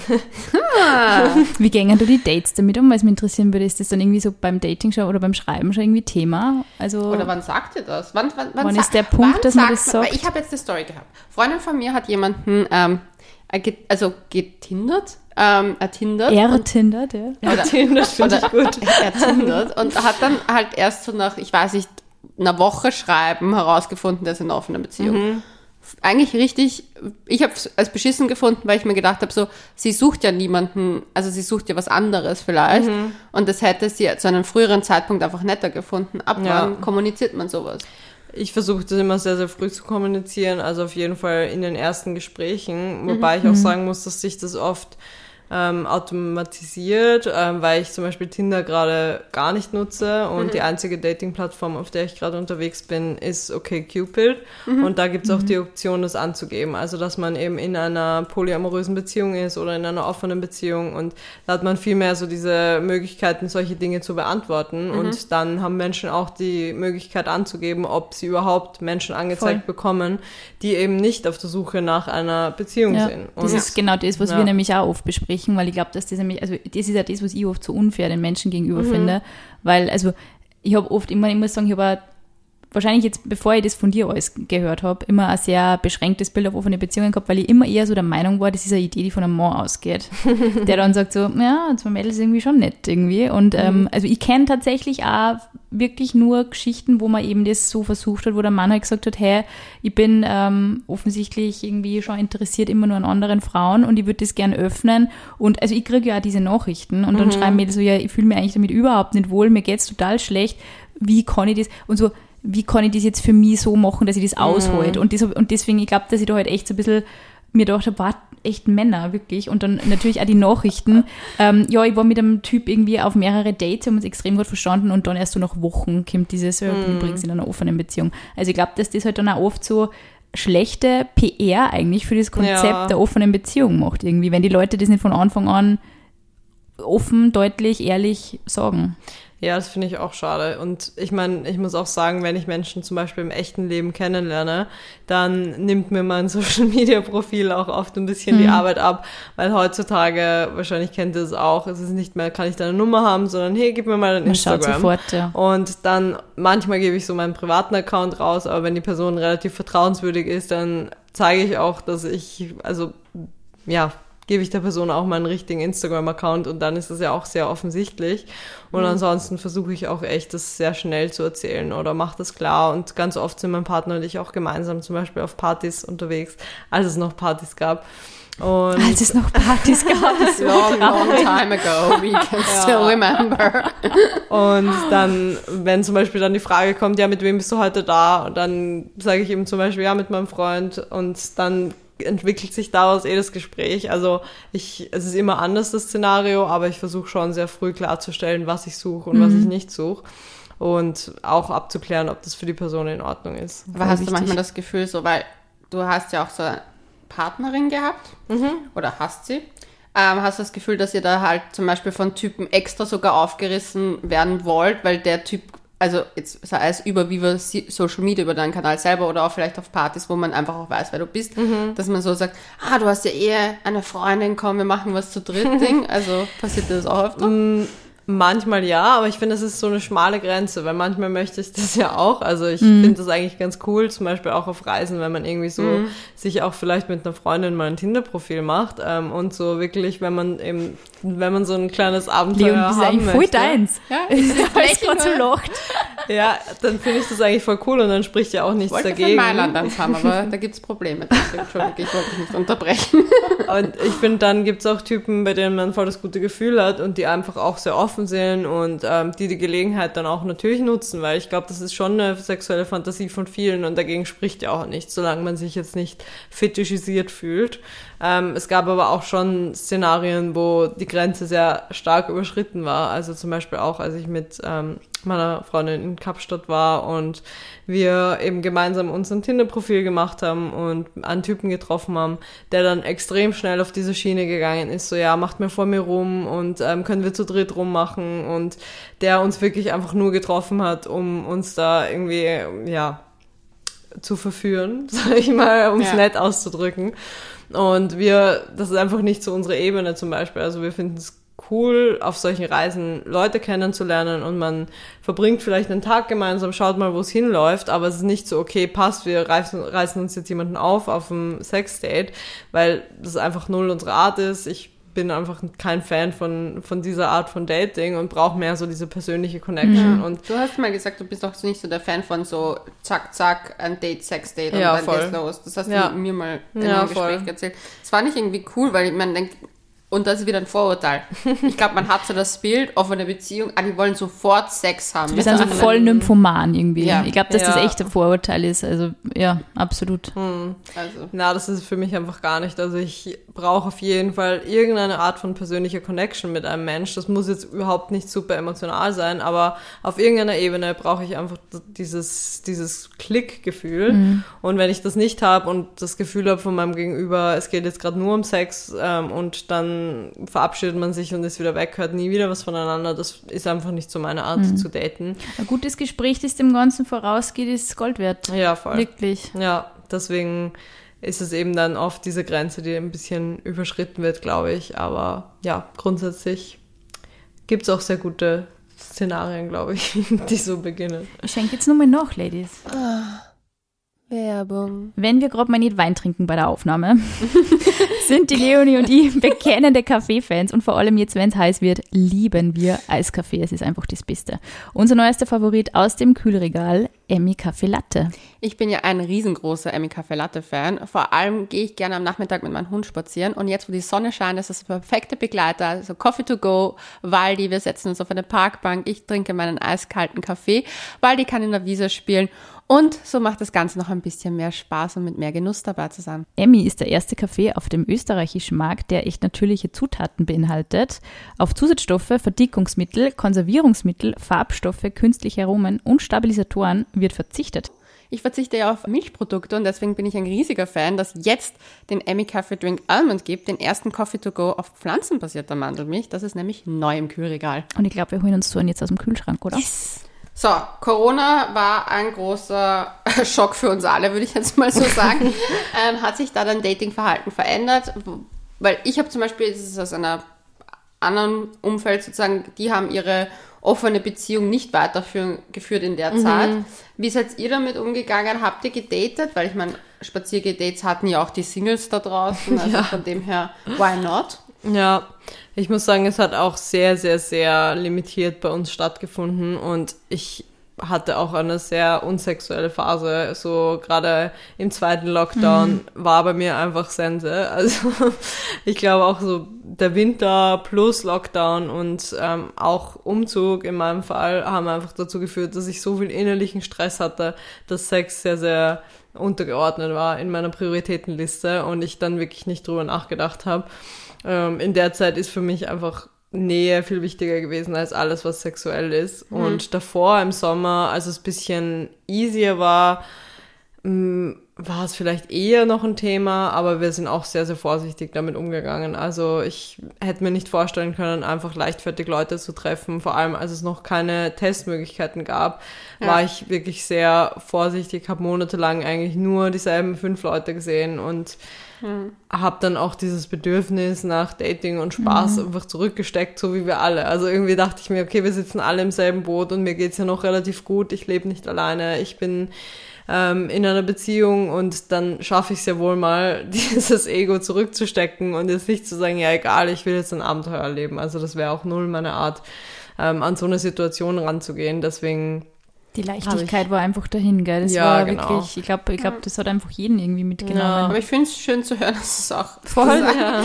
Wie gehen du die Dates damit um? Weil es mich interessieren würde, ist das dann irgendwie so beim Dating schon oder beim Schreiben schon irgendwie Thema? Also oder wann sagt ihr das? Wann ist der Punkt, dass man das sagt? Weil ich habe jetzt eine Story gehabt. Freundin von mir hat jemanden getindert. Ertindert, ja. Ertindert finde ich gut. Ertindert und hat dann halt erst so nach, ich weiß nicht, einer Woche Schreiben herausgefunden, dass er in einer offenen Beziehung. Eigentlich richtig, ich habe es als beschissen gefunden, weil ich mir gedacht habe, so, sie sucht ja niemanden, also sie sucht ja was anderes vielleicht und das hätte sie zu einem früheren Zeitpunkt einfach netter gefunden. Ab wann kommuniziert man sowas? Ich versuche das immer sehr, sehr früh zu kommunizieren, also auf jeden Fall in den ersten Gesprächen, wobei ich auch sagen muss, dass sich das oft automatisiert, weil ich zum Beispiel Tinder gerade gar nicht nutze und die einzige Dating-Plattform, auf der ich gerade unterwegs bin, ist OkCupid und da gibt es auch die Option, das anzugeben, also dass man eben in einer polyamorösen Beziehung ist oder in einer offenen Beziehung und da hat man viel mehr so diese Möglichkeiten, solche Dinge zu beantworten und dann haben Menschen auch die Möglichkeit anzugeben, ob sie überhaupt Menschen angezeigt bekommen, die eben nicht auf der Suche nach einer Beziehung sind. Und das ist genau das, was wir nämlich auch oft besprechen, weil ich glaube, dass das nämlich, also das ist ja das, was ich oft so unfair den Menschen gegenüber finde, weil, also ich habe oft immer, ich muss sagen, ich habe wahrscheinlich jetzt, bevor ich das von dir alles gehört habe, immer ein sehr beschränktes Bild auf offene Beziehungen gehabt, weil ich immer eher so der Meinung war, das ist eine Idee, die von einem Mann ausgeht, der dann sagt so, ja, zwei Mädels irgendwie schon nett irgendwie. Und also ich kenne tatsächlich auch wirklich nur Geschichten, wo man eben das so versucht hat, wo der Mann halt gesagt hat, hey, ich bin offensichtlich irgendwie schon interessiert immer nur an anderen Frauen und ich würde das gern öffnen. Und also ich kriege ja auch diese Nachrichten und dann schreiben Mädels so, ja, ich fühle mich eigentlich damit überhaupt nicht wohl, mir geht's total schlecht, wie kann ich das? Und so, wie kann ich das jetzt für mich so machen, dass ich das aushalte? Und deswegen, ich glaube, dass ich da halt echt so ein bisschen mir gedacht habe, war echt Männer, wirklich. Und dann natürlich auch die Nachrichten. Ja, ich war mit einem Typ irgendwie auf mehrere Dates, haben uns extrem gut verstanden und dann erst so nach Wochen kommt dieses, ja, ich bin übrigens in einer offenen Beziehung. Also ich glaube, dass das halt dann auch oft so schlechte PR eigentlich für das Konzept der offenen Beziehung macht irgendwie, wenn die Leute das nicht von Anfang an offen, deutlich, ehrlich sagen. Ja, das finde ich auch schade. Und ich meine, ich muss auch sagen, wenn ich Menschen zum Beispiel im echten Leben kennenlerne, dann nimmt mir mein Social-Media-Profil auch oft ein bisschen die Arbeit ab, weil heutzutage, wahrscheinlich kennt ihr es auch, es ist nicht mehr, kann ich deine Nummer haben, sondern hey, gib mir mal dein Instagram. Schaut sofort, ja. Und dann, manchmal gebe ich so meinen privaten Account raus, aber wenn die Person relativ vertrauenswürdig ist, dann zeige ich auch, dass ich, also, ja, gebe ich der Person auch meinen richtigen Instagram-Account und dann ist das ja auch sehr offensichtlich. Und ansonsten versuche ich auch echt, das sehr schnell zu erzählen oder mache das klar. Und ganz oft sind mein Partner und ich auch gemeinsam zum Beispiel auf Partys unterwegs, als es noch Partys gab. Und als es noch Partys gab. Long time ago, we can still remember. Und dann, wenn zum Beispiel dann die Frage kommt, ja, mit wem bist du heute da? Und dann sage ich eben zum Beispiel, ja, mit meinem Freund. Und dann entwickelt sich daraus das Gespräch. Also es ist immer anders, das Szenario, aber ich versuche schon sehr früh klarzustellen, was ich suche und was ich nicht suche. Und auch abzuklären, ob das für die Person in Ordnung ist. Aber hast du manchmal das Gefühl so, weil du hast ja auch so eine Partnerin gehabt oder hast sie, hast du das Gefühl, dass ihr da halt zum Beispiel von Typen extra sogar aufgerissen werden wollt, weil der Typ, also jetzt sei es über Social Media, über deinen Kanal selber oder auch vielleicht auf Partys, wo man einfach auch weiß, wer du bist, dass man so sagt, du hast ja eine Freundin, komm, wir machen was zu dritt Ding. Also passiert dir das auch öfter? Manchmal ja, aber ich finde, das ist so eine schmale Grenze, weil manchmal möchte ich das ja auch. Also ich finde das eigentlich ganz cool, zum Beispiel auch auf Reisen, wenn man irgendwie so sich auch vielleicht mit einer Freundin mal ein Tinder-Profil macht und so wirklich, wenn man so ein kleines Abenteuer Leon, haben eigentlich voll möchte. deins. Ja, ich Weil gerade so lacht. Ja, dann finde ich das eigentlich voll cool und dann spricht ja auch nichts wollte dagegen. Ich wollte Mailand dann haben, aber da gibt's Probleme. Deswegen, Entschuldigung, ich wollte dich nicht unterbrechen. Und ich finde, dann gibt's auch Typen, bei denen man voll das gute Gefühl hat und die einfach auch sehr offen sind und die Gelegenheit dann auch natürlich nutzen, weil ich glaube, das ist schon eine sexuelle Fantasie von vielen und dagegen spricht ja auch nichts, solange man sich jetzt nicht fetischisiert fühlt. Es gab aber auch schon Szenarien, wo die Grenze sehr stark überschritten war. Also zum Beispiel auch, als ich mit meiner Freundin in Kapstadt war und wir eben gemeinsam unser Tinder-Profil gemacht haben und einen Typen getroffen haben, der dann extrem schnell auf diese Schiene gegangen ist, so ja, macht mir vor mir rum und können wir zu dritt rummachen und der uns wirklich einfach nur getroffen hat, um uns da irgendwie, ja, zu verführen, sag ich mal, um es nett auszudrücken. Und das ist einfach nicht so unsere Ebene zum Beispiel. Also wir finden es cool, auf solchen Reisen Leute kennenzulernen und man verbringt vielleicht einen Tag gemeinsam, schaut mal, wo es hinläuft, aber es ist nicht so, okay, passt, wir reißen uns jetzt jemanden auf einem Sexdate, weil das einfach null unsere Art ist. Ich bin einfach kein Fan von dieser Art von Dating und brauche mehr so diese persönliche Connection. Und du hast mal gesagt, du bist auch nicht so der Fan von so zack, zack, ein Date, Sex-Date und ja, dann voll. geht's los. Das hast du mir mal in einem Gespräch voll. erzählt. Das war nicht irgendwie cool, weil man denkt, und das ist wieder ein Vorurteil. Ich glaube, man hat so das Bild auf eine Beziehung, die wollen sofort Sex haben. Wir sind so voll nymphoman irgendwie. Ja. Ich glaube, dass das echt ein Vorurteil ist. Also ja, absolut. Also. Na, das ist für mich einfach gar nicht. Also ich brauche auf jeden Fall irgendeine Art von persönlicher Connection mit einem Mensch. Das muss jetzt überhaupt nicht super emotional sein, aber auf irgendeiner Ebene brauche ich einfach dieses Klickgefühl. Und wenn ich das nicht habe und das Gefühl habe von meinem Gegenüber, es geht jetzt gerade nur um Sex und dann verabschiedet man sich und ist wieder weg, hört nie wieder was voneinander. Das ist einfach nicht so meine Art zu daten. Ein gutes Gespräch, das dem Ganzen vorausgeht, ist Gold wert. Ja, voll. Wirklich. Ja, deswegen ist es eben dann oft diese Grenze, die ein bisschen überschritten wird, glaube ich. Aber ja, grundsätzlich gibt es auch sehr gute Szenarien, glaube ich, die so beginnen. Ich schenke jetzt nur mal nach, Ladies. Werbung. Wenn wir gerade mal nicht Wein trinken bei der Aufnahme, sind die Leonie und ich bekennende Kaffeefans und vor allem jetzt, wenn es heiß wird, lieben wir Eiskaffee. Es ist einfach das Beste. Unser neuester Favorit aus dem Kühlregal, Emmy Kaffee Latte. Ich bin ja ein riesengroßer Emmy Kaffee Latte Fan. Vor allem gehe ich gerne am Nachmittag mit meinem Hund spazieren und jetzt, wo die Sonne scheint, ist das der perfekte Begleiter. So Coffee to go, Waldi, wir setzen uns auf eine Parkbank, ich trinke meinen eiskalten Kaffee, Waldi kann in der Wiese spielen. Und so macht das Ganze noch ein bisschen mehr Spaß und mit mehr Genuss dabei zu sein. Emmy ist der erste Kaffee auf dem österreichischen Markt, der echt natürliche Zutaten beinhaltet. Auf Zusatzstoffe, Verdickungsmittel, Konservierungsmittel, Farbstoffe, künstliche Aromen und Stabilisatoren wird verzichtet. Ich verzichte ja auf Milchprodukte und deswegen bin ich ein riesiger Fan, dass jetzt den Emmy Coffee Drink Almond gibt, den ersten Coffee to go auf pflanzenbasierter Mandelmilch. Das ist nämlich neu im Kühlregal. Und ich glaube, wir holen uns so einen jetzt aus dem Kühlschrank, oder? Yes! So, Corona war ein großer Schock für uns alle, würde ich jetzt mal so sagen. Hat sich da dein Datingverhalten verändert? Weil ich habe zum Beispiel, das ist aus einer anderen Umfeld sozusagen, die haben ihre offene Beziehung nicht weitergeführt in der Zeit. Wie seid ihr damit umgegangen? Habt ihr gedatet? Weil ich meine, Spaziergedates hatten ja auch die Singles da draußen, also von dem her, why not? Ja, ich muss sagen, es hat auch sehr, sehr, sehr limitiert bei uns stattgefunden und ich hatte auch eine sehr unsexuelle Phase, so gerade im zweiten Lockdown war bei mir einfach Sense. Also ich glaube auch so der Winter plus Lockdown und auch Umzug in meinem Fall haben einfach dazu geführt, dass ich so viel innerlichen Stress hatte, dass Sex sehr, sehr untergeordnet war in meiner Prioritätenliste und ich dann wirklich nicht drüber nachgedacht habe. In der Zeit ist für mich einfach Nähe viel wichtiger gewesen als alles, was sexuell ist. Und davor im Sommer, als es ein bisschen easier war, war es vielleicht eher noch ein Thema, aber wir sind auch sehr, sehr vorsichtig damit umgegangen. Also ich hätte mir nicht vorstellen können, einfach leichtfertig Leute zu treffen. Vor allem, als es noch keine Testmöglichkeiten gab, war ich wirklich sehr vorsichtig, habe monatelang eigentlich nur dieselben 5 Leute gesehen und habe dann auch dieses Bedürfnis nach Dating und Spaß einfach zurückgesteckt, so wie wir alle. Also irgendwie dachte ich mir, okay, wir sitzen alle im selben Boot und mir geht's ja noch relativ gut, ich lebe nicht alleine, ich bin in einer Beziehung und dann schaffe ich es ja wohl mal, dieses Ego zurückzustecken und jetzt nicht zu sagen, ja egal, ich will jetzt ein Abenteuer erleben. Also das wäre auch null meine Art, an so eine Situation ranzugehen. Deswegen die Leichtigkeit war einfach dahin, gell? Das war wirklich, ich glaube, das hat einfach jeden irgendwie mitgenommen. Ja, aber ich finde es schön zu hören, dass es auch voll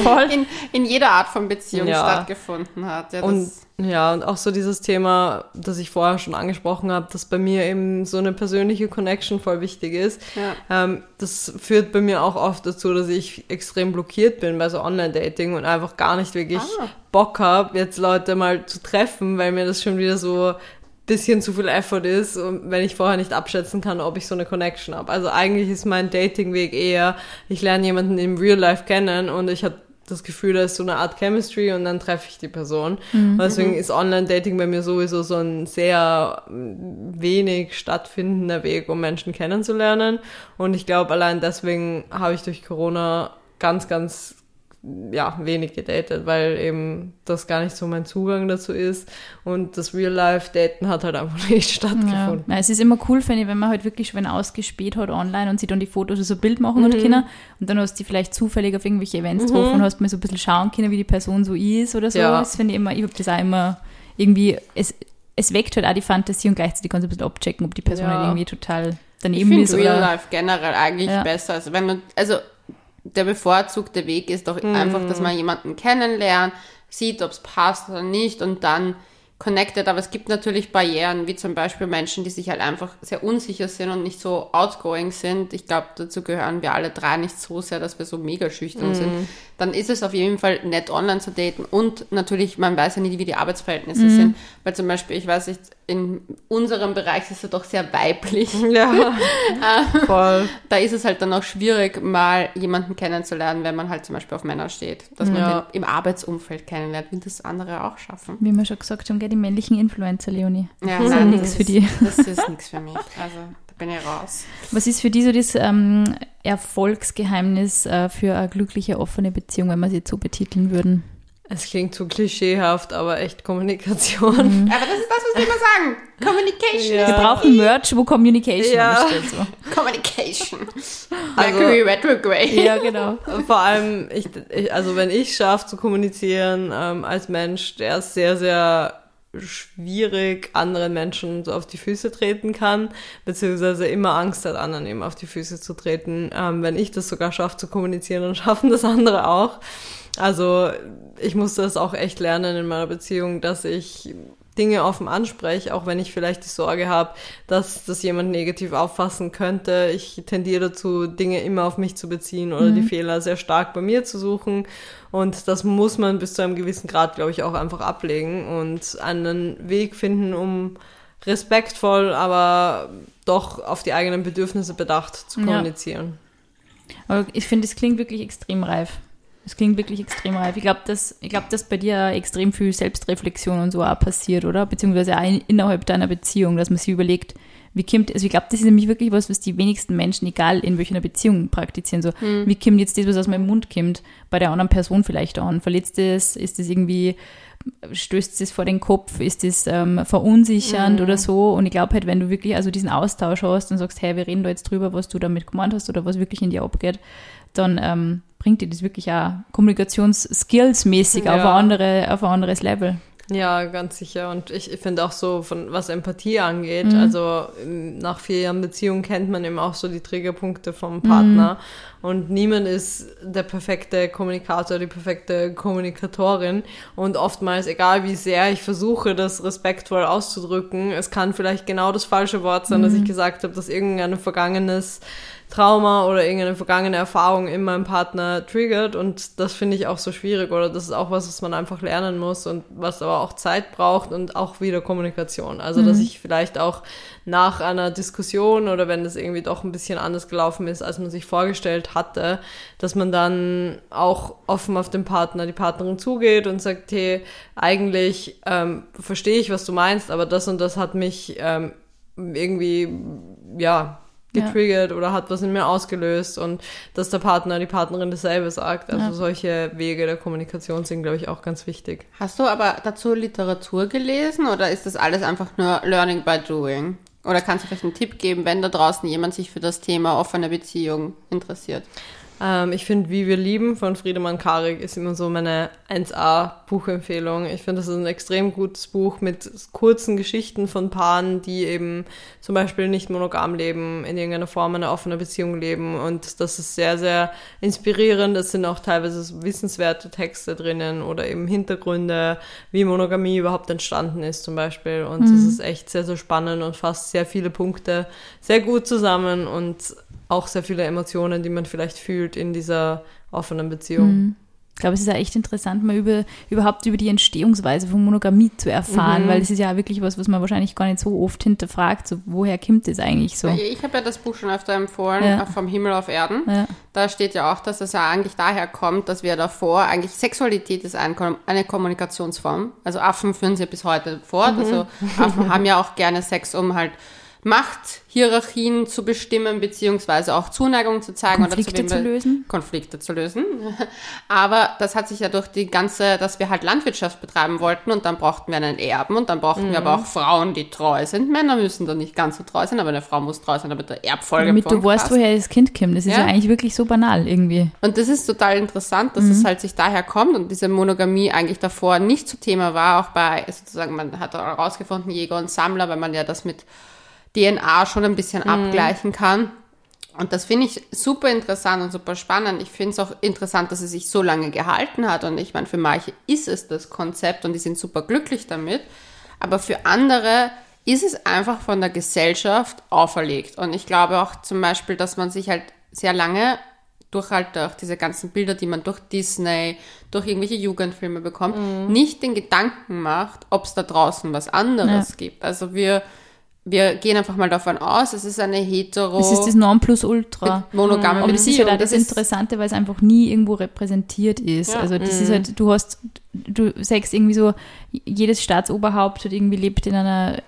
in jeder Art von Beziehung stattgefunden hat. Ja, und auch so dieses Thema, das ich vorher schon angesprochen habe, dass bei mir eben so eine persönliche Connection voll wichtig ist. Ja. Das führt bei mir auch oft dazu, dass ich extrem blockiert bin bei so Online-Dating und einfach gar nicht wirklich Bock habe, jetzt Leute mal zu treffen, weil mir das schon wieder so bisschen zu viel Effort ist und wenn ich vorher nicht abschätzen kann, ob ich so eine Connection habe. Also eigentlich ist mein Datingweg eher, ich lerne jemanden im Real Life kennen und ich habe das Gefühl, da ist so eine Art Chemistry und dann treffe ich die Person. Und deswegen ist Online-Dating bei mir sowieso so ein sehr wenig stattfindender Weg, um Menschen kennenzulernen. Und ich glaube, allein deswegen habe ich durch Corona ganz, ganz wenig gedatet, weil eben das gar nicht so mein Zugang dazu ist und das Real-Life-Daten hat halt einfach nicht stattgefunden. Ja, es ist immer cool, finde ich, wenn man halt wirklich schon ausgespäht hat online und sieht dann die Fotos so ein Bild machen hat können und dann hast du die vielleicht zufällig auf irgendwelche Events getroffen und hast mal so ein bisschen schauen können, wie die Person so ist oder so. Ja. Das finde ich immer, ich habe das auch immer irgendwie, es weckt halt auch die Fantasie und gleichzeitig kannst du ein bisschen abchecken, ob die Person halt irgendwie total daneben ist. Ich finde Real-Life generell eigentlich besser, also wenn man, der bevorzugte Weg ist doch einfach, dass man jemanden kennenlernt, sieht, ob es passt oder nicht und dann connected. Aber es gibt natürlich Barrieren, wie zum Beispiel Menschen, die sich halt einfach sehr unsicher sind und nicht so outgoing sind. Ich glaube, dazu gehören wir alle 3 nicht so sehr, dass wir so mega schüchtern sind. Dann ist es auf jeden Fall nett, online zu daten und natürlich, man weiß ja nicht, wie die Arbeitsverhältnisse sind. Weil zum Beispiel, ich weiß nicht, in unserem Bereich ist es doch sehr weiblich. Ja, voll. Da ist es halt dann auch schwierig, mal jemanden kennenzulernen, wenn man halt zum Beispiel auf Männer steht. Dass man den im Arbeitsumfeld kennenlernt. Will das andere auch schaffen? Wie wir schon gesagt haben, die männlichen Influencer, Leonie. Ja, nein, nichts für die. Das ist nichts für mich. Also da bin ich raus. Was ist für die so das Erfolgsgeheimnis für eine glückliche, offene Beziehung, wenn wir sie jetzt so betiteln würden? Es klingt so klischeehaft, aber echt Kommunikation. Aber das ist das, was wir immer sagen. Communication. Wir brauchen Merch, wo Communication steht. So. Communication. Also, Mercury retrograde. Ja, genau. Vor allem, also wenn ich schaffe zu kommunizieren als Mensch, der sehr, sehr schwierig anderen Menschen so auf die Füße treten kann, beziehungsweise immer Angst hat, anderen eben auf die Füße zu treten. Wenn ich das sogar schaffe zu kommunizieren, dann schaffen das andere auch. Also ich musste das auch echt lernen in meiner Beziehung, dass ich Dinge offen anspreche, auch wenn ich vielleicht die Sorge habe, dass das jemand negativ auffassen könnte. Ich tendiere dazu, Dinge immer auf mich zu beziehen oder die Fehler sehr stark bei mir zu suchen. Und das muss man bis zu einem gewissen Grad, glaube ich, auch einfach ablegen und einen Weg finden, um respektvoll, aber doch auf die eigenen Bedürfnisse bedacht zu kommunizieren. Aber ich finde, es klingt wirklich extrem reif. Es klingt wirklich extrem reif. Ich glaube, dass bei dir extrem viel Selbstreflexion und so auch passiert, oder? Beziehungsweise auch innerhalb deiner Beziehung, dass man sich überlegt, wie kommt, also ich glaube, das ist nämlich wirklich was die wenigsten Menschen, egal in welcher Beziehung, praktizieren. So, wie kommt jetzt das, was aus meinem Mund kommt, bei der anderen Person vielleicht an? Verletzt es? Ist das irgendwie, stößt es vor den Kopf? Ist das verunsichernd oder so? Und ich glaube halt, wenn du wirklich also diesen Austausch hast und sagst, hey, wir reden da jetzt drüber, was du damit gemeint hast oder was wirklich in dir abgeht, dann bringt dir das wirklich auch kommunikations-skills-mäßig auf ein anderes Level. Ja, ganz sicher. Und ich finde auch so, von was Empathie angeht, also nach 4 Jahren Beziehung kennt man eben auch so die Triggerpunkte vom Partner. Und niemand ist der perfekte Kommunikator, die perfekte Kommunikatorin. Und oftmals, egal wie sehr ich versuche, das respektvoll auszudrücken, es kann vielleicht genau das falsche Wort sein, dass ich gesagt habe, dass irgendein vergangenes Trauma oder irgendeine vergangene Erfahrung in meinem Partner triggert, und das finde ich auch so schwierig, oder das ist auch was man einfach lernen muss und was aber auch Zeit braucht und auch wieder Kommunikation. Also, dass ich vielleicht auch nach einer Diskussion oder wenn das irgendwie doch ein bisschen anders gelaufen ist, als man sich vorgestellt hatte, dass man dann auch offen auf den Partner, die Partnerin zugeht und sagt, hey, eigentlich verstehe ich, was du meinst, aber das und das hat mich irgendwie, getriggert oder hat was in mir ausgelöst, und dass der Partner, die Partnerin dasselbe sagt. Also solche Wege der Kommunikation sind, glaube ich, auch ganz wichtig. Hast du aber dazu Literatur gelesen oder ist das alles einfach nur Learning by Doing? Oder kannst du vielleicht einen Tipp geben, wenn da draußen jemand sich für das Thema offene Beziehung interessiert? Ich finde, Wie wir lieben von Friedemann Karik ist immer so meine 1A-Buchempfehlung. Ich finde, das ist ein extrem gutes Buch mit kurzen Geschichten von Paaren, die eben zum Beispiel nicht monogam leben, in irgendeiner Form eine offene Beziehung leben, und das ist sehr, sehr inspirierend. Es sind auch teilweise so wissenswerte Texte drinnen oder eben Hintergründe, wie Monogamie überhaupt entstanden ist zum Beispiel, und das ist echt sehr, sehr spannend und fasst sehr viele Punkte sehr gut zusammen und auch sehr viele Emotionen, die man vielleicht fühlt in dieser offenen Beziehung. Ich glaube, es ist ja echt interessant, mal überhaupt über die Entstehungsweise von Monogamie zu erfahren, weil es ist ja wirklich was man wahrscheinlich gar nicht so oft hinterfragt, so woher kommt das eigentlich so? Ich habe ja das Buch schon öfter empfohlen, Vom Himmel auf Erden. Ja. Da steht ja auch, dass es ja eigentlich daher kommt, dass wir davor, eigentlich Sexualität ist eine Kommunikationsform. Also Affen führen sie bis heute fort. Also Affen haben ja auch gerne Sex, um halt Machthierarchien zu bestimmen, beziehungsweise auch Zuneigung zu zeigen. Konflikte zu lösen. Aber das hat sich ja durch die ganze, dass wir halt Landwirtschaft betreiben wollten, und dann brauchten wir einen Erben, und dann brauchten wir aber auch Frauen, die treu sind. Männer müssen dann nicht ganz so treu sein, aber eine Frau muss treu sein, damit der Erbfolge damit du weißt, woher das Kind kommt. Das ist ja eigentlich wirklich so banal irgendwie. Und das ist total interessant, dass es halt sich daher kommt und diese Monogamie eigentlich davor nicht so Thema war, auch bei, sozusagen, man hat herausgefunden, Jäger und Sammler, weil man ja das mit DNA schon ein bisschen abgleichen kann. Und das finde ich super interessant und super spannend. Ich finde es auch interessant, dass es sich so lange gehalten hat. Und ich meine, für manche ist es das Konzept und die sind super glücklich damit. Aber für andere ist es einfach von der Gesellschaft auferlegt. Und ich glaube auch zum Beispiel, dass man sich halt sehr lange durch diese ganzen Bilder, die man durch Disney, durch irgendwelche Jugendfilme bekommt, nicht den Gedanken macht, ob es da draußen was anderes gibt. Also wir gehen einfach mal davon aus, es ist eine hetero... Es ist das Nonplusultra. Monogame Beziehung. Aber das ist halt auch das Interessante, weil es einfach nie irgendwo repräsentiert ist. Ja. Also das ist halt, du sagst irgendwie so, jedes Staatsoberhaupt hat irgendwie lebt in einer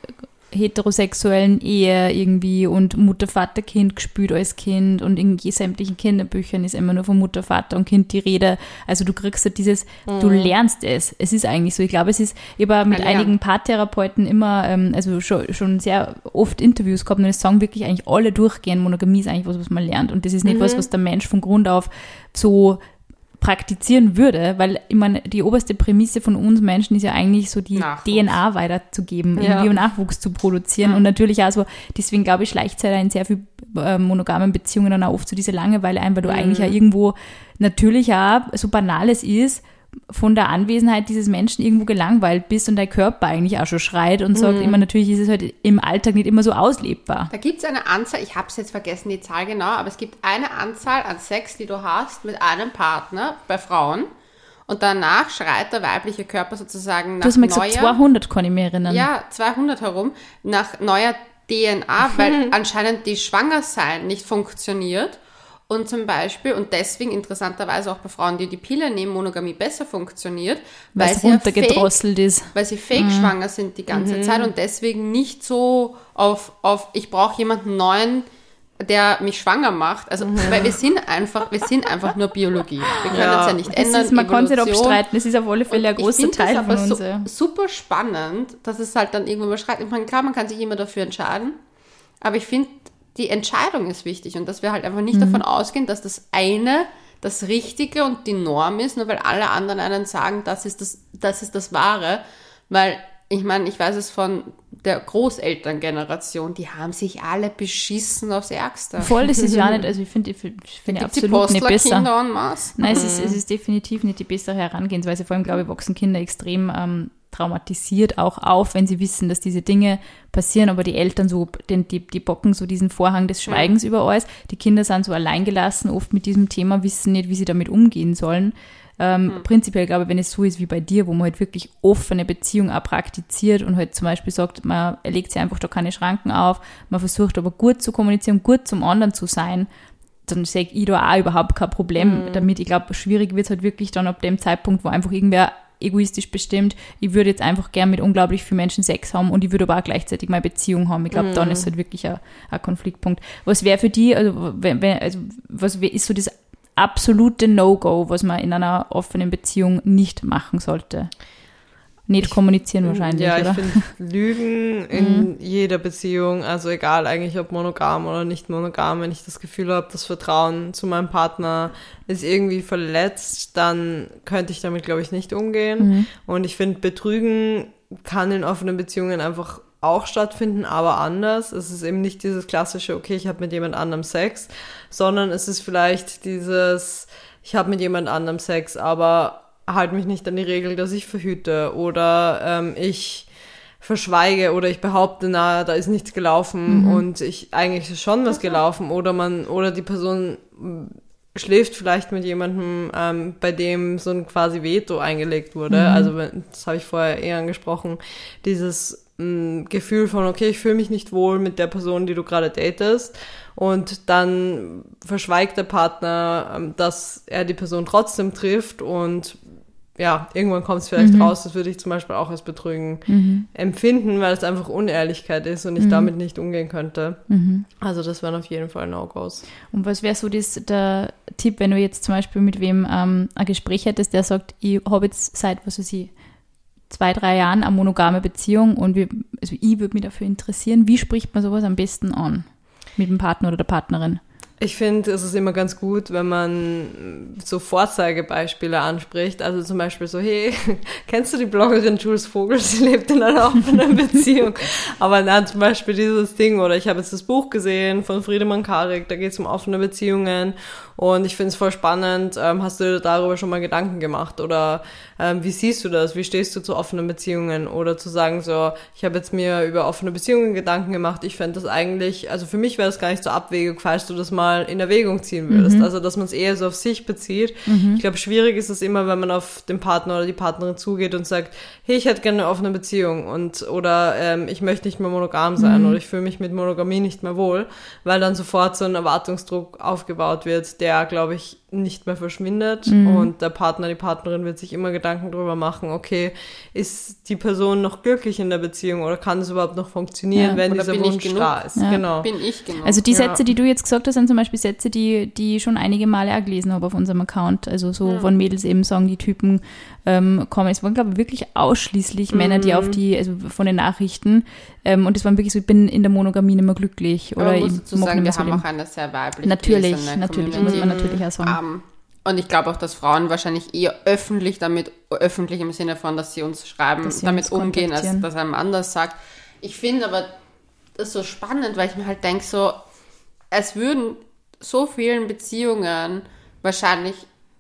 heterosexuellen Ehe irgendwie und Mutter, Vater, Kind gespielt als Kind und in sämtlichen Kinderbüchern ist immer nur von Mutter, Vater und Kind die Rede. Also du kriegst halt dieses, du lernst es. Es ist eigentlich so. Ich glaube, ich habe mit einigen Paartherapeuten immer, also schon sehr oft Interviews gehabt und es sagen wirklich eigentlich alle durchgehend, Monogamie ist eigentlich was man lernt und das ist nicht was der Mensch von Grund auf so praktizieren würde, weil ich meine, die oberste Prämisse von uns Menschen ist ja eigentlich so die DNA weiterzugeben, irgendwie Nachwuchs zu produzieren und natürlich auch so, deswegen glaube ich, schleicht es halt in sehr viel monogamen Beziehungen dann auch oft so diese Langeweile ein, weil du eigentlich ja irgendwo natürlich auch, so banal es ist, von der Anwesenheit dieses Menschen irgendwo gelangweilt bist und dein Körper eigentlich auch schon schreit und sagt immer, natürlich ist es halt im Alltag nicht immer so auslebbar. Da gibt es eine Anzahl, ich habe es jetzt vergessen, die Zahl genau, aber es gibt eine Anzahl an Sex, die du hast mit einem Partner bei Frauen und danach schreit der weibliche Körper sozusagen nach du hast mal gesagt, 200 kann ich mich erinnern. Ja, 200 herum, nach neuer DNA, weil anscheinend die Schwangersein nicht funktioniert. Und zum Beispiel, und deswegen interessanterweise auch bei Frauen, die die Pille nehmen, Monogamie besser funktioniert, weil sie runtergedrosselt ist. Weil sie fake schwanger sind die ganze Zeit und deswegen nicht so auf ich brauche jemanden neuen, der mich schwanger macht. Also, weil wir sind einfach nur Biologie. Wir können uns ja nicht ändern. Man kann sich darüber streiten, es ist auf alle Fälle ein großer Teil von uns. Super spannend, dass es halt dann irgendwo überschreitet. Ich meine, klar, man kann sich immer dafür entscheiden, aber ich finde, die Entscheidung ist wichtig und dass wir halt einfach nicht davon ausgehen, dass das eine das Richtige und die Norm ist, nur weil alle anderen einen sagen, das ist das Wahre. Weil, ich meine, ich weiß es von der Großelterngeneration, die haben sich alle beschissen aufs Ärgste. Voll, das ist ja nicht, also ich finde absolut nicht besser. En masse. Nein, es ist definitiv nicht die bessere Herangehensweise. Vor allem, glaube ich, wachsen Kinder extrem traumatisiert auch auf, wenn sie wissen, dass diese Dinge passieren, aber die Eltern so, die bocken so diesen Vorhang des Schweigens über alles. Die Kinder sind so alleingelassen, oft mit diesem Thema, wissen nicht, wie sie damit umgehen sollen. Prinzipiell glaube ich, wenn es so ist wie bei dir, wo man halt wirklich offene Beziehung auch praktiziert und halt zum Beispiel sagt, man legt sich einfach da keine Schranken auf, man versucht aber gut zu kommunizieren, gut zum anderen zu sein, dann sehe ich da auch überhaupt kein Problem damit. Ich glaube, schwierig wird es halt wirklich dann ab dem Zeitpunkt, wo einfach irgendwer egoistisch bestimmt, ich würde jetzt einfach gern mit unglaublich vielen Menschen Sex haben und ich würde aber auch gleichzeitig meine Beziehung haben. Ich glaube, dann ist halt wirklich ein Konfliktpunkt. Was wäre für die, was ist so das absolute No-Go, was man in einer offenen Beziehung nicht machen sollte? Nicht kommunizieren wahrscheinlich, oder? Ja, ich finde Lügen in jeder Beziehung, also egal eigentlich ob monogam oder nicht monogam, wenn ich das Gefühl habe, das Vertrauen zu meinem Partner ist irgendwie verletzt, dann könnte ich damit, glaube ich, nicht umgehen. Und ich finde, Betrügen kann in offenen Beziehungen einfach auch stattfinden, aber anders. Es ist eben nicht dieses klassische, okay, ich habe mit jemand anderem Sex, sondern es ist vielleicht dieses, ich habe mit jemand anderem Sex, aber halte mich nicht an die Regel, dass ich verhüte oder ich verschweige oder ich behaupte, da ist nichts gelaufen und eigentlich ist schon was gelaufen oder die Person schläft vielleicht mit jemandem, bei dem so ein quasi Veto eingelegt wurde. Also das habe ich vorher eher angesprochen, dieses Gefühl von, okay, ich fühle mich nicht wohl mit der Person, die du gerade datest und dann verschweigt der Partner, dass er die Person trotzdem trifft und ja, irgendwann kommt es vielleicht raus, das würde ich zum Beispiel auch als Betrügen empfinden, weil es einfach Unehrlichkeit ist und ich damit nicht umgehen könnte. Also das wären auf jeden Fall No-Gos. Und was wäre so der Tipp, wenn du jetzt zum Beispiel mit wem ein Gespräch hättest, der sagt, ich habe jetzt seit, 2-3 Jahren eine monogame Beziehung und ich würde mich dafür interessieren, wie spricht man sowas am besten an mit dem Partner oder der Partnerin? Ich finde, es ist immer ganz gut, wenn man so Vorzeigebeispiele anspricht. Also zum Beispiel so, hey, kennst du die Bloggerin Jules Vogel? Sie lebt in einer offenen Beziehung. Aber nein, zum Beispiel dieses Ding, oder ich habe jetzt das Buch gesehen von Friedemann Karik, da geht es um offene Beziehungen und ich finde es voll spannend. Hast du dir darüber schon mal Gedanken gemacht? Oder wie siehst du das? Wie stehst du zu offenen Beziehungen? Oder zu sagen so, ich habe jetzt mir über offene Beziehungen Gedanken gemacht. Ich fände das eigentlich, also für mich wäre das gar nicht so abwegig, falls du das mal in Erwägung ziehen würdest. Also, dass man es eher so auf sich bezieht. Ich glaube, schwierig ist es immer, wenn man auf den Partner oder die Partnerin zugeht und sagt, hey, ich hätte gerne eine offene Beziehung oder ich möchte nicht mehr monogam sein oder ich fühle mich mit Monogamie nicht mehr wohl, weil dann sofort so ein Erwartungsdruck aufgebaut wird, der, glaube ich, nicht mehr verschwindet und der Partner, die Partnerin wird sich immer Gedanken darüber machen, okay, ist die Person noch glücklich in der Beziehung oder kann es überhaupt noch funktionieren, wenn dieser Wunsch da ist? Ja. Genau. Bin ich genug? Also die Sätze, die du jetzt gesagt hast, sind zum Beispiel Sätze, die ich schon einige Male auch gelesen habe auf unserem Account. Also so von Mädels eben sagen, die Typen kommen. Es waren, glaube ich, wirklich ausschließlich Männer, die also von den Nachrichten, und es waren wirklich so, ich bin in der Monogamie nicht mehr glücklich. Oder aber ich muss dazu mag sagen, nicht mehr wir so haben leben. auch eine sehr weiblich Natürlich, Community. muss man natürlich auch sagen. Und ich glaube auch, dass Frauen wahrscheinlich eher öffentlich im Sinne von, dass sie uns schreiben, Dass sie damit uns umgehen, als kontaktieren. dass einem anders sagt. Ich finde aber das so spannend, weil ich mir halt denke, so, es würden so vielen Beziehungen wahrscheinlich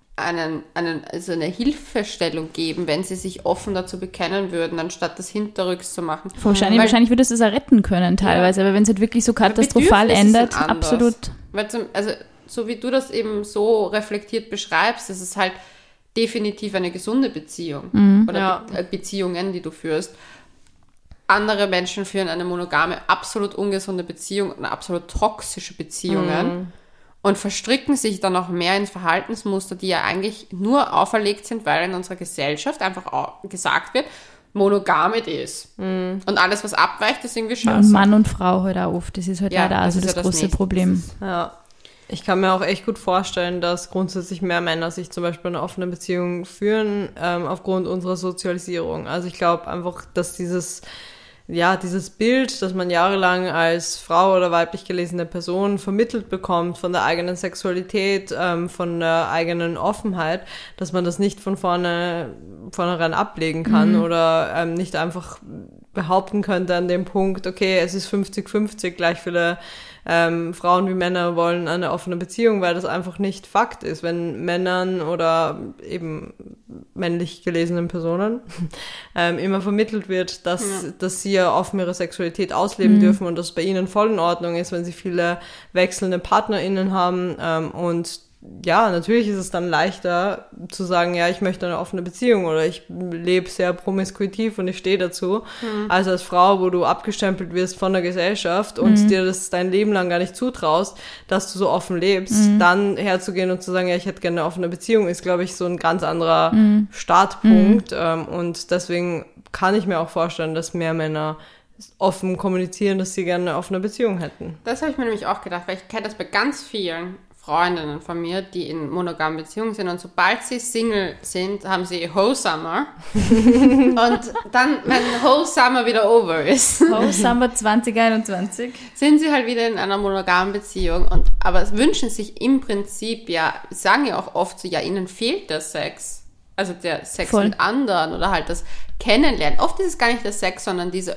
also eine Hilfestellung geben, wenn sie sich offen dazu bekennen würden, anstatt das hinterrücks zu machen. Wahrscheinlich würde es das auch retten können teilweise, aber wenn es halt wirklich so katastrophal Bedürfnisse ändert, sind anders. absolut. Weil also so wie du das eben so reflektiert beschreibst, ist es halt definitiv eine gesunde Beziehung oder Beziehungen, die du führst. Andere Menschen führen eine monogame, absolut ungesunde Beziehung und absolut toxische Beziehungen und verstricken sich dann auch mehr in Verhaltensmuster, die ja eigentlich nur auferlegt sind, weil in unserer Gesellschaft einfach auch gesagt wird, monogam ist. Und alles, was abweicht, ist irgendwie scheiße. Und Mann und Frau halt auch oft. Das ist halt leider also das große nächste. Problem. Ja. Ich kann mir auch echt gut vorstellen, dass grundsätzlich mehr Männer sich zum Beispiel eine offene Beziehung führen, aufgrund unserer Sozialisierung. Also ich glaube einfach, dass dieses Bild, das man jahrelang als Frau oder weiblich gelesene Person vermittelt bekommt von der eigenen Sexualität, von der eigenen Offenheit, dass man das nicht von vornherein ablegen kann oder nicht einfach behaupten könnte an dem Punkt, okay, es ist 50-50, gleich viele Frauen wie Männer wollen eine offene Beziehung, weil das einfach nicht Fakt ist. Wenn Männern oder eben männlich gelesenen Personen immer vermittelt wird, dass sie ja offen ihre Sexualität ausleben dürfen und das bei ihnen voll in Ordnung ist, wenn sie viele wechselnde PartnerInnen haben und ja, natürlich ist es dann leichter zu sagen, ja, ich möchte eine offene Beziehung oder ich lebe sehr promiskuitiv und ich stehe dazu, als Frau, wo du abgestempelt wirst von der Gesellschaft und dir das dein Leben lang gar nicht zutraust, dass du so offen lebst, dann herzugehen und zu sagen, ja, ich hätte gerne eine offene Beziehung, ist, glaube ich, so ein ganz anderer Startpunkt und deswegen kann ich mir auch vorstellen, dass mehr Männer offen kommunizieren, dass sie gerne eine offene Beziehung hätten. Das habe ich mir nämlich auch gedacht, weil ich kenne das bei ganz vielen Freundinnen von mir, die in monogamen Beziehungen sind und sobald sie Single sind, haben sie Whole Summer und dann, wenn Whole Summer wieder over ist, Whole Summer 2021, sind sie halt wieder in einer monogamen Beziehung aber es wünschen sich im Prinzip sagen ja auch oft so, ja, ihnen fehlt der Sex. Also der Sex mit anderen oder halt das Kennenlernen. Oft ist es gar nicht der Sex, sondern dieses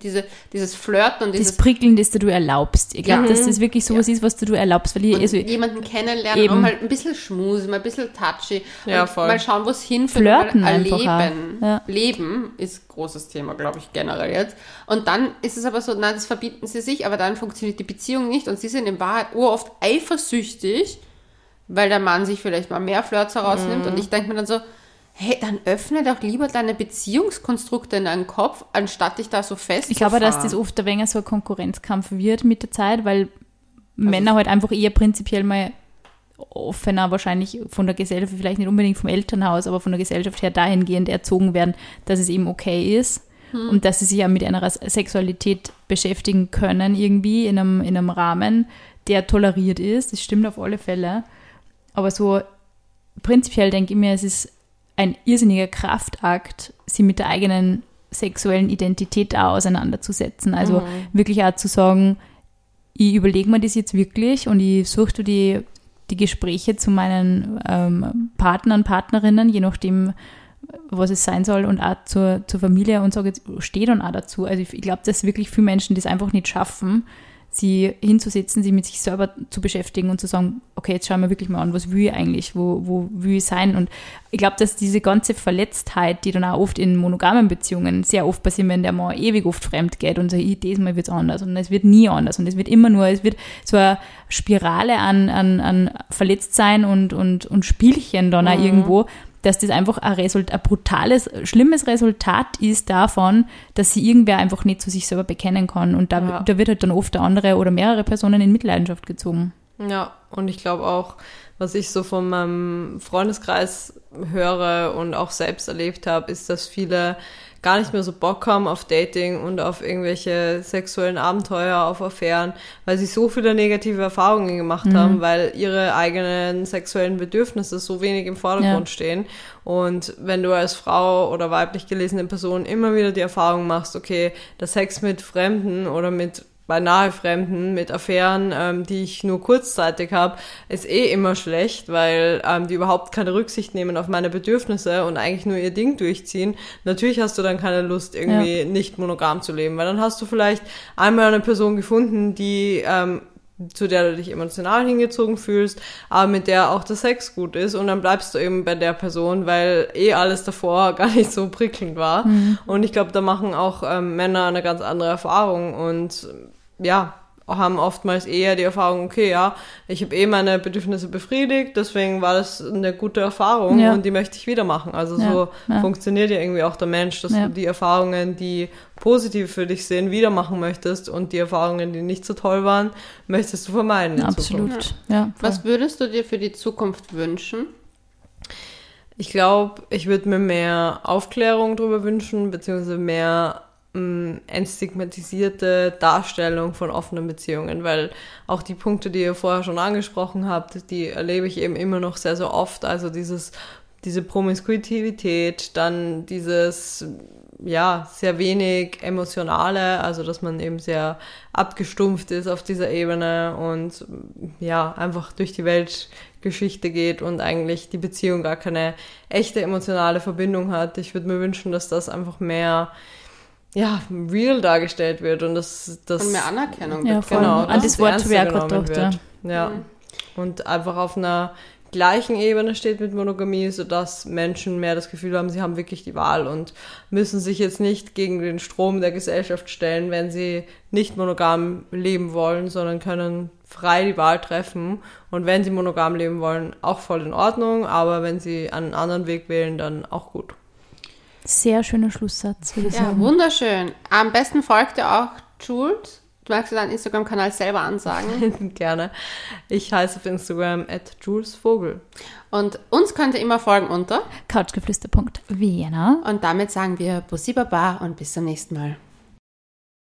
Flirten und dieses... Das Prickeln, das du erlaubst. Ich glaube, dass das wirklich sowas ist, was du erlaubst. Weil jemanden kennenlernen eben. Und mal ein bisschen schmusen, mal ein bisschen touchy. Ja, und voll. mal schauen, wo es hinführt. Flirten mal einfach erleben. auch. Ja. Leben ist ein großes Thema, glaube ich, generell jetzt. Und dann ist es aber so, nein, das verbieten sie sich, aber dann funktioniert die Beziehung nicht und sie sind in Wahrheit uroft eifersüchtig, weil der Mann sich vielleicht mal mehr Flirts herausnimmt und ich denke mir dann so, hey, dann öffne doch lieber deine Beziehungskonstrukte in deinen Kopf, anstatt dich da so festzufahren. Ich glaube, dass das oft ein wenig so ein Konkurrenzkampf wird mit der Zeit, weil Männer halt einfach eher prinzipiell mal offener wahrscheinlich von der Gesellschaft, vielleicht nicht unbedingt vom Elternhaus, aber von der Gesellschaft her dahingehend erzogen werden, dass es eben okay ist und dass sie sich ja mit einer Sexualität beschäftigen können irgendwie in einem Rahmen, der toleriert ist. Das stimmt auf alle Fälle. Aber so prinzipiell denke ich mir, es ist ein irrsinniger Kraftakt, sie mit der eigenen sexuellen Identität auch auseinanderzusetzen. Also wirklich auch zu sagen, ich überlege mir das jetzt wirklich und ich suche die Gespräche zu meinen Partnern, Partnerinnen, je nachdem, was es sein soll, und auch zur Familie und sage jetzt, stehe dann auch dazu. Also ich glaube, dass wirklich viele Menschen das einfach nicht schaffen, sie hinzusetzen, sie mit sich selber zu beschäftigen und zu sagen, okay, jetzt schauen wir wirklich mal an, was will ich eigentlich, wo will ich sein? Und ich glaube, dass diese ganze Verletztheit, die dann auch oft in monogamen Beziehungen sehr oft passiert, wenn der Mann ewig oft fremd geht und sagt, diesmal wird es anders und es wird nie anders und es wird immer nur, es wird so eine Spirale an Verletztsein und Spielchen dann auch irgendwo, dass das einfach ein brutales, schlimmes Resultat ist davon, dass sie irgendwer einfach nicht zu sich selber bekennen kann. Und da wird halt dann oft der andere oder mehrere Personen in Mitleidenschaft gezogen. Ja, und ich glaube auch, was ich so von meinem Freundeskreis höre und auch selbst erlebt habe, ist, dass viele gar nicht mehr so Bock haben auf Dating und auf irgendwelche sexuellen Abenteuer, auf Affären, weil sie so viele negative Erfahrungen gemacht haben, weil ihre eigenen sexuellen Bedürfnisse so wenig im Vordergrund stehen. Und wenn du als Frau oder weiblich gelesene Person immer wieder die Erfahrung machst, okay, der Sex mit Fremden oder mit beinahe Fremden, mit Affären, die ich nur kurzzeitig habe, ist immer schlecht, weil die überhaupt keine Rücksicht nehmen auf meine Bedürfnisse und eigentlich nur ihr Ding durchziehen. Natürlich hast du dann keine Lust, irgendwie nicht monogam zu leben, weil dann hast du vielleicht einmal eine Person gefunden, die zu der du dich emotional hingezogen fühlst, aber mit der auch der Sex gut ist und dann bleibst du eben bei der Person, weil alles davor gar nicht so prickelnd war. Und ich glaube, da machen auch Männer eine ganz andere Erfahrung und haben oftmals eher die Erfahrung, okay, ich habe meine Bedürfnisse befriedigt, deswegen war das eine gute Erfahrung und die möchte ich wieder machen. Also so funktioniert ja irgendwie auch der Mensch, dass du die Erfahrungen, die positiv für dich sind, wieder machen möchtest und die Erfahrungen, die nicht so toll waren, möchtest du vermeiden in Zukunft. Ja, was würdest du dir für die Zukunft wünschen? Ich glaube, ich würde mir mehr Aufklärung darüber wünschen, beziehungsweise mehr entstigmatisierte Darstellung von offenen Beziehungen, weil auch die Punkte, die ihr vorher schon angesprochen habt, die erlebe ich eben immer noch sehr, sehr oft. Also diese Promiskuität, dann dieses sehr wenig Emotionale, also dass man eben sehr abgestumpft ist auf dieser Ebene und einfach durch die Weltgeschichte geht und eigentlich die Beziehung gar keine echte emotionale Verbindung hat. Ich würde mir wünschen, dass das einfach mehr real dargestellt wird und dass und mehr Anerkennung wird. Genau, an das Wort habe ich auch gerade gedacht. Ja. Und einfach auf einer gleichen Ebene steht mit Monogamie, sodass Menschen mehr das Gefühl haben, sie haben wirklich die Wahl und müssen sich jetzt nicht gegen den Strom der Gesellschaft stellen, wenn sie nicht monogam leben wollen, sondern können frei die Wahl treffen. Und wenn sie monogam leben wollen, auch voll in Ordnung, aber wenn sie einen anderen Weg wählen, dann auch gut. Sehr schöner Schlusssatz, würde ich sagen. Wunderschön. Am besten folgt ihr auch Jules. Du magst deinen Instagram-Kanal selber ansagen? Gerne. Ich heiße auf Instagram @julesvogel. Und uns könnt ihr immer folgen unter couchgeflüster.vienna. Und damit sagen wir Bussi Baba und bis zum nächsten Mal.